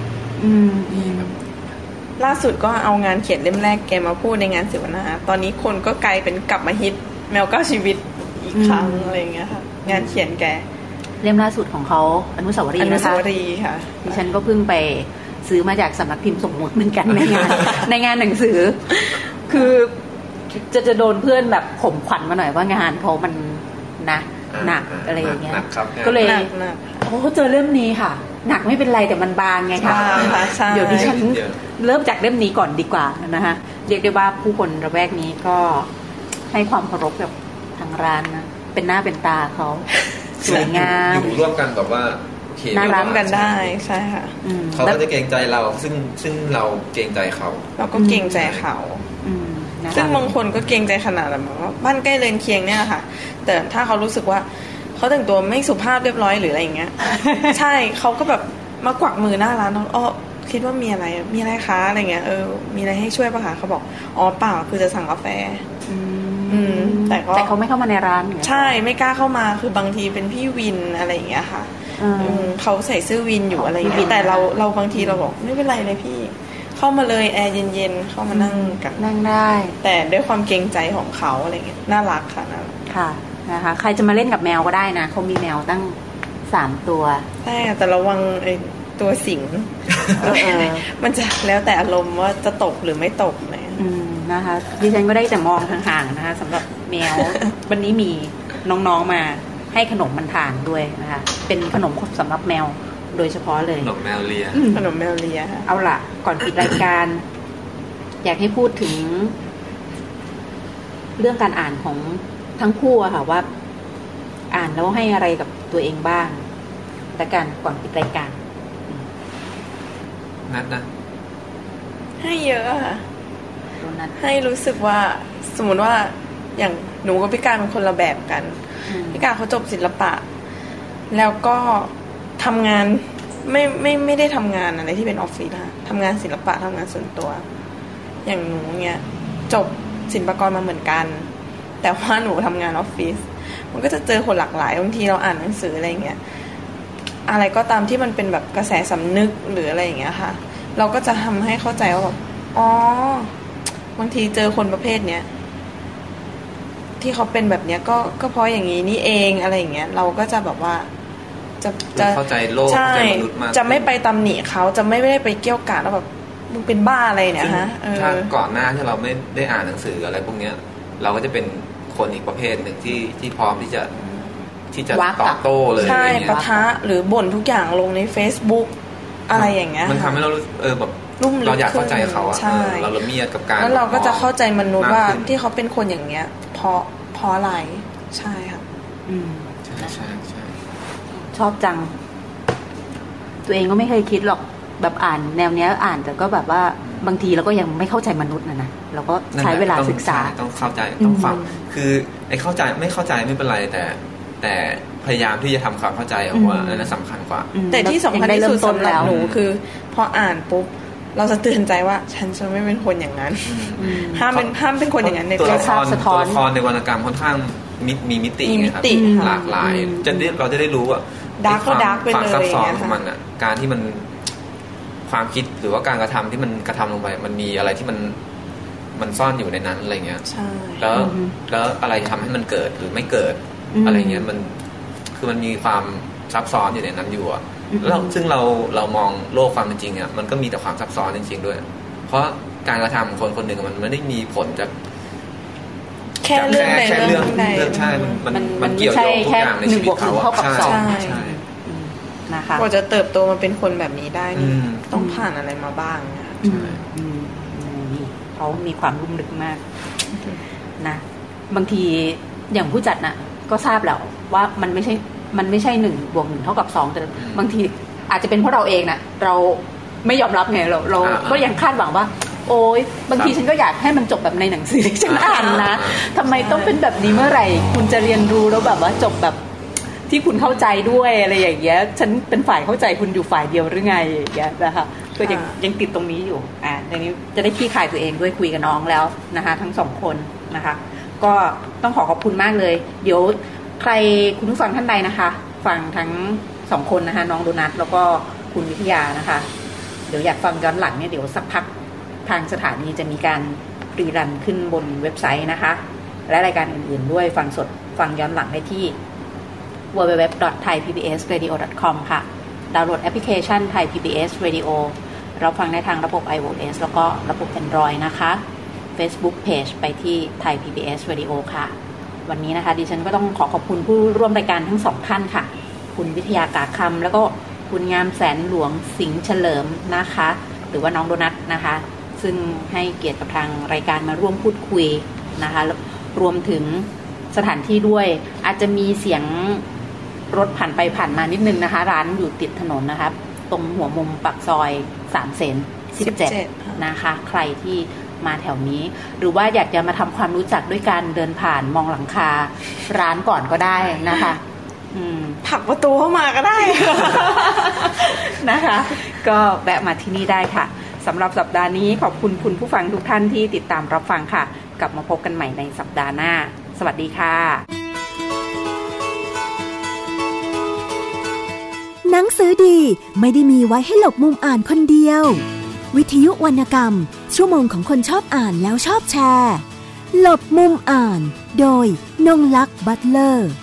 ล่าสุดก็เอางานเขียนเล่มแรกแกมาพูดในงานเสวนาตอนนี้คนก็กลายเป็นกลับมาฮิตแมวเก้าชีวิตอีกครั้งอะไรเงี้ยค่ะงานเขียนแกเล่มล่าสุดของเขาอนุสาวรีย์นะคะอนุสาวรีย์ค่ะดิฉันก็เพิ่งไปซื้อมาจากสำนักพิมพ์สมมุติเหมือนกันในงานในงานหนังสือคือจะจะโดนเพื่อนแบบข่มขวัญมาหน่อยว่างานเขามันนะหนักอะไรอย่างเงี้ยก็เลยโอ้เจอเล่มนี้ค่ะหนักไม่เป็นไรแต่มันบางไงคะเดี๋ยวดิฉันเริ่มจากเล่มนี้ก่อนดีกว่านะคะเรียกได้ว่าผู้คนระแวกนี้ก็ให้ความเคารพกับทางร้านนะเป็นหน้าเป็นตาเขาสวยงามอยู่ร่วมกันแบบว่าน่ารักกันได้ใช่ค่ะเขาก็จะเกรงใจเราซึ่งซึ่งเราเกรงใจเขาเราก็เกรงใจเขาซึ่งบางคนก็เกรงใจขนาดแบบว่าบ้านใกล้เรือนเคียงเนี่ยค่ะแต่ถ้าเขารู้สึกว่าเขาแต่งตัวไม่สุภาพเรียบร้อยหรืออะไรอย่างเงี้ยใช่เขาก็แบบมากวักมือหน้าร้านเราอ๋อคิดว่ามีอะไรมีอะไรคะอะไรเงี้ยเออมีอะไรให้ช่วยป่ะคะเขาบอกอ๋อเปล่าคือจะสั่งกาแฟอืมแต่ก็แต่เขาไม่เข้ามาในร้านใช่ไม่กล้าเข้ามาคือบางทีเป็นพี่วินอะไรอย่างเงี้ยค่ะเขาใส่เสื้อวินอยู่อะไรอย่างเงี้ยแต่เราเราบางทีเราบอกไม่เป็นไรเลยพี่เข้ามาเลยแอร์เย็นๆเข้ามานั่งกันนั่งได้แต่ด้วยความเกรงใจของเขาอะไรเงี้ยน่ารักค่ะน่ารักค่ะนะคะใครจะมาเล่นกับแมวก็ได้นะเขามีแมวตั้งสามตัวใช่แต่ระวังไอ้ตัวสิงมันจะแล้วแต่อารมณ์ว่าจะตกหรือไม่ตกอะไรนะคะดิฉันก็ได้แต่มองห่างๆนะคะสำหรับแมววันนี้มีน้องๆมาให้ขนมมันทานด้วยนะคะเป็นขนมสำหรับแมวโดยเฉพาะเลยขนมแมวเลียขนมแมวเลียเอาล่ะก่อนปิดรายการอยากให้พูดถึงเรื่องการอ่านของทั้งคู่อะค่ะว่าอ่านแล้วให้อะไรกับตัวเองบ้างแต่การก่อนปิดรายการนัดนะให้เยอะค่ะให้รู้สึกว่าสมมติว่าอย่างหนูกับพี่การเป็นคนละแบบกันพี่การเขาจบศิลปะแล้วก็ทำงานไม่ไม่ไม่ได้ทำงานอะไรที่เป็นออฟฟิศค่ะทำงานศิลปะทำงานส่วนตัวอย่างหนูเนี่ยจบศิลปากรมาเหมือนกันแต่ว่าหนูทำงานออฟฟิศมันก็จะเจอคนหลากหลายบางทีเราอ่านหนังสืออะไรเงี้ยอะไรก็ตามที่มันเป็นแบบกระแสสำนึกหรืออะไรอย่างเงี้ยค่ะเราก็จะทำให้เข้าใจว่าแบบอ๋อบางทีเจอคนประเภทเนี้ยที่เขาเป็นแบบเนี้ยก็ก็เพราะอย่างนี้นี่เองอะไรอย่างเงี้ยเราก็จะแบบว่าจะจะเข้าใจโลกเข้าใจมนุษย์มากจะไม่ไปตำหนิเขาจะไม่ได้ไปเกี่ยวกาดแล้วแบบมึงเป็นบ้าอะไรเนี่ยฮะถ้าก่อนหน้าที่เราไม่ได้อ่านหนังสืออะไรพวกเนี้ยเราก็จะเป็นคนอีกประเภทหนึ่งที่ที่พร้อมที่จะที่จะตอบโต้เลยใช่ปะทะหรือบ่นทุกอย่างลงใน Facebook อะไรอย่างเงี้ยมันทำให้เราเออแบบเราอยากเข้าใจเขาอะเราละเมียดกับการแล้วเราก็จะเข้าใจมนุษย์ว่าที่เขาเป็นคนอย่างเงี้ยเพราะเพราะอะไรใช่ค่ะอืมใช่ใช่ใช่ชอบจังตัวเองก็ไม่เคยคิดหรอกแบบอ่านแนวเนี้ยอ่านแต่ก็แบบว่าบางทีเราก็ยังไม่เข้าใจมนุษย์นะนะเราก็ใช้เวลาศึกษาต้องเข้าใจต้องฟังคือไอ้เข้าใจไม่เข้าใจไม่เป็นไรแต่แต่พยายามที่จะทำความเข้าใจเอาว่าอันนั้นสำคัญกว่าแต่ที่สำคัญที่สุดสำหรับหนูคือพออ่านปุ๊บเราจะเตือนใจว่าฉันจะไม่เป็นคนอย่างนั้นห้ามเป็นห้ามเป็นคนอย่างนั้นในตัวละครตัวละครในวรรณกรรมค่อนข้างมีมีมิติไงครับหลากหลายจะได้เราจะได้รู้ว่าดาร์กก็ดาร์กไปเลยซับซ้อนของมันอ่ะการที่มันความคิดหรือว่าการกระทำที่มันกระทำลงไปมันมีอะไรที่มันมันซ่อนอยู่ในนั้นอะไรเงี้ยแล้วแล้วอะไรทำให้มันเกิดหรือไม่เกิดอะไรเงี้ยมันคือมันมีความซับซ้อนอยู่ในนั้นอยู่อ่ะแล้วซึ่งเราเรามองโลกความเป็นจริงอ่ะมันก็มีแต่ความซับซ้อนจริงๆด้วยเพราะการกระทำของคนคนหนึ่งมันไม่ได้มีผลจากแค่เรื่องใดเรื่องใดใช่มันมันเกี่ยวโยงทุกอย่างในชีวิตเขาใช่ใช่นะคะกว่าจะเติบโตมาเป็นคนแบบนี้ได้นี่ต้องผ่านอะไรมาบ้างนะคะเขามีความลุ่มลึกมากนะบางทีอย่างผู้จัดน่ะก็ทราบแล้วว่ามันไม่ใช่มันไม่ใช่หนึ่งบวกหนึ่งเท่ากับสองแต่บางทีอาจจะเป็นเพราะเราเองน่ะเราไม่ยอมรับไงเราเราก็ยังคาดหวังว่าโอ๊ยบางทีฉันก็อยากให้มันจบแบบในหนังสือที่ฉันอ่านนะทำไมต้องเป็นแบบนี้เมื่อไหร่คุณจะเรียนรู้แล้วแบบว่าจบแบบที่คุณเข้าใจด้วยอะไรอย่างเงี้ยฉันเป็นฝ่ายเข้าใจคุณอยู่ฝ่ายเดียวหรือไงอย่างเงี้ยนะคะก็ยังยังติดตรงนี้อยู่อ่าทีนี้จะได้ขี้คายตัวเองด้วยคุยกับน้องแล้วนะคะทั้งสองคนนะคะก็ต้องขอขอบคุณมากเลยเดี๋ยวใครคุณผู้ฟังท่านใดนะคะฟังทั้งสองคนนะคะน้องโดนัทแล้วก็คุณวิทยานะคะเดี๋ยวอยากฟังย้อนหลังเนี่ยเดี๋ยวสักพักทางสถานีจะมีการรีรันขึ้นบนเว็บไซต์นะคะและรายการอื่นๆด้วยฟังสดฟังย้อนหลังได้ที่ ดับเบิลยู ดับเบิลยู ดับเบิลยู ดอท ไทย พี บี เอส เรดิโอ ดอท คอม ค่ะดาวน์โหลดแอปพลิเคชัน Thai พี บี เอส Radio เราฟังได้ทางระบบ iOS แล้วก็ระบบ Android นะคะ Facebook Page ไปที่ Thai พี บี เอส Radio ค่ะวันนี้นะคะดิฉันก็ต้องขอขอบคุณผู้ร่วมรายการทั้งสองท่านค่ะคุณวิทยากาคำแล้วก็คุณงามแสนหลวงสิงห์เฉลิมนะคะหรือว่าน้องโดนัทนะคะซึ่งให้เกียรติกับทางรายการมาร่วมพูดคุยนะคะรวมถึงสถานที่ด้วยอาจจะมีเสียงรถผ่านไปผ่านมานิดนึงนะคะร้านอยู่ติดถนนนะคะตรงหัวมุมปากซอยสามเสนสิบเจ็ดนะคะใครที่มาแถวนี้หรือว่าอยากจะมาทำความรู้จักด้วยการเดินผ่านมองหลังคาร้านก่อนก็ได้นะคะผลักประตูเข้ามาก็ได้นะคะก็แวะมาที่นี่ได้ค่ะสำหรับสัปดาห์นี้ขอบคุณคุณผู้ฟังทุกท่านที่ติดตามรับฟังค่ะกลับมาพบกันใหม่ในสัปดาห์หน้าสวัสดีค่ะหนังสือดีไม่ได้มีไว้ให้หลบมุมอ่านคนเดียววิทยุวรรณกรรมชั่วโมงของคนชอบอ่านแล้วชอบแชร์หลบมุมอ่านโดยนงลักษ์บัตเลอร์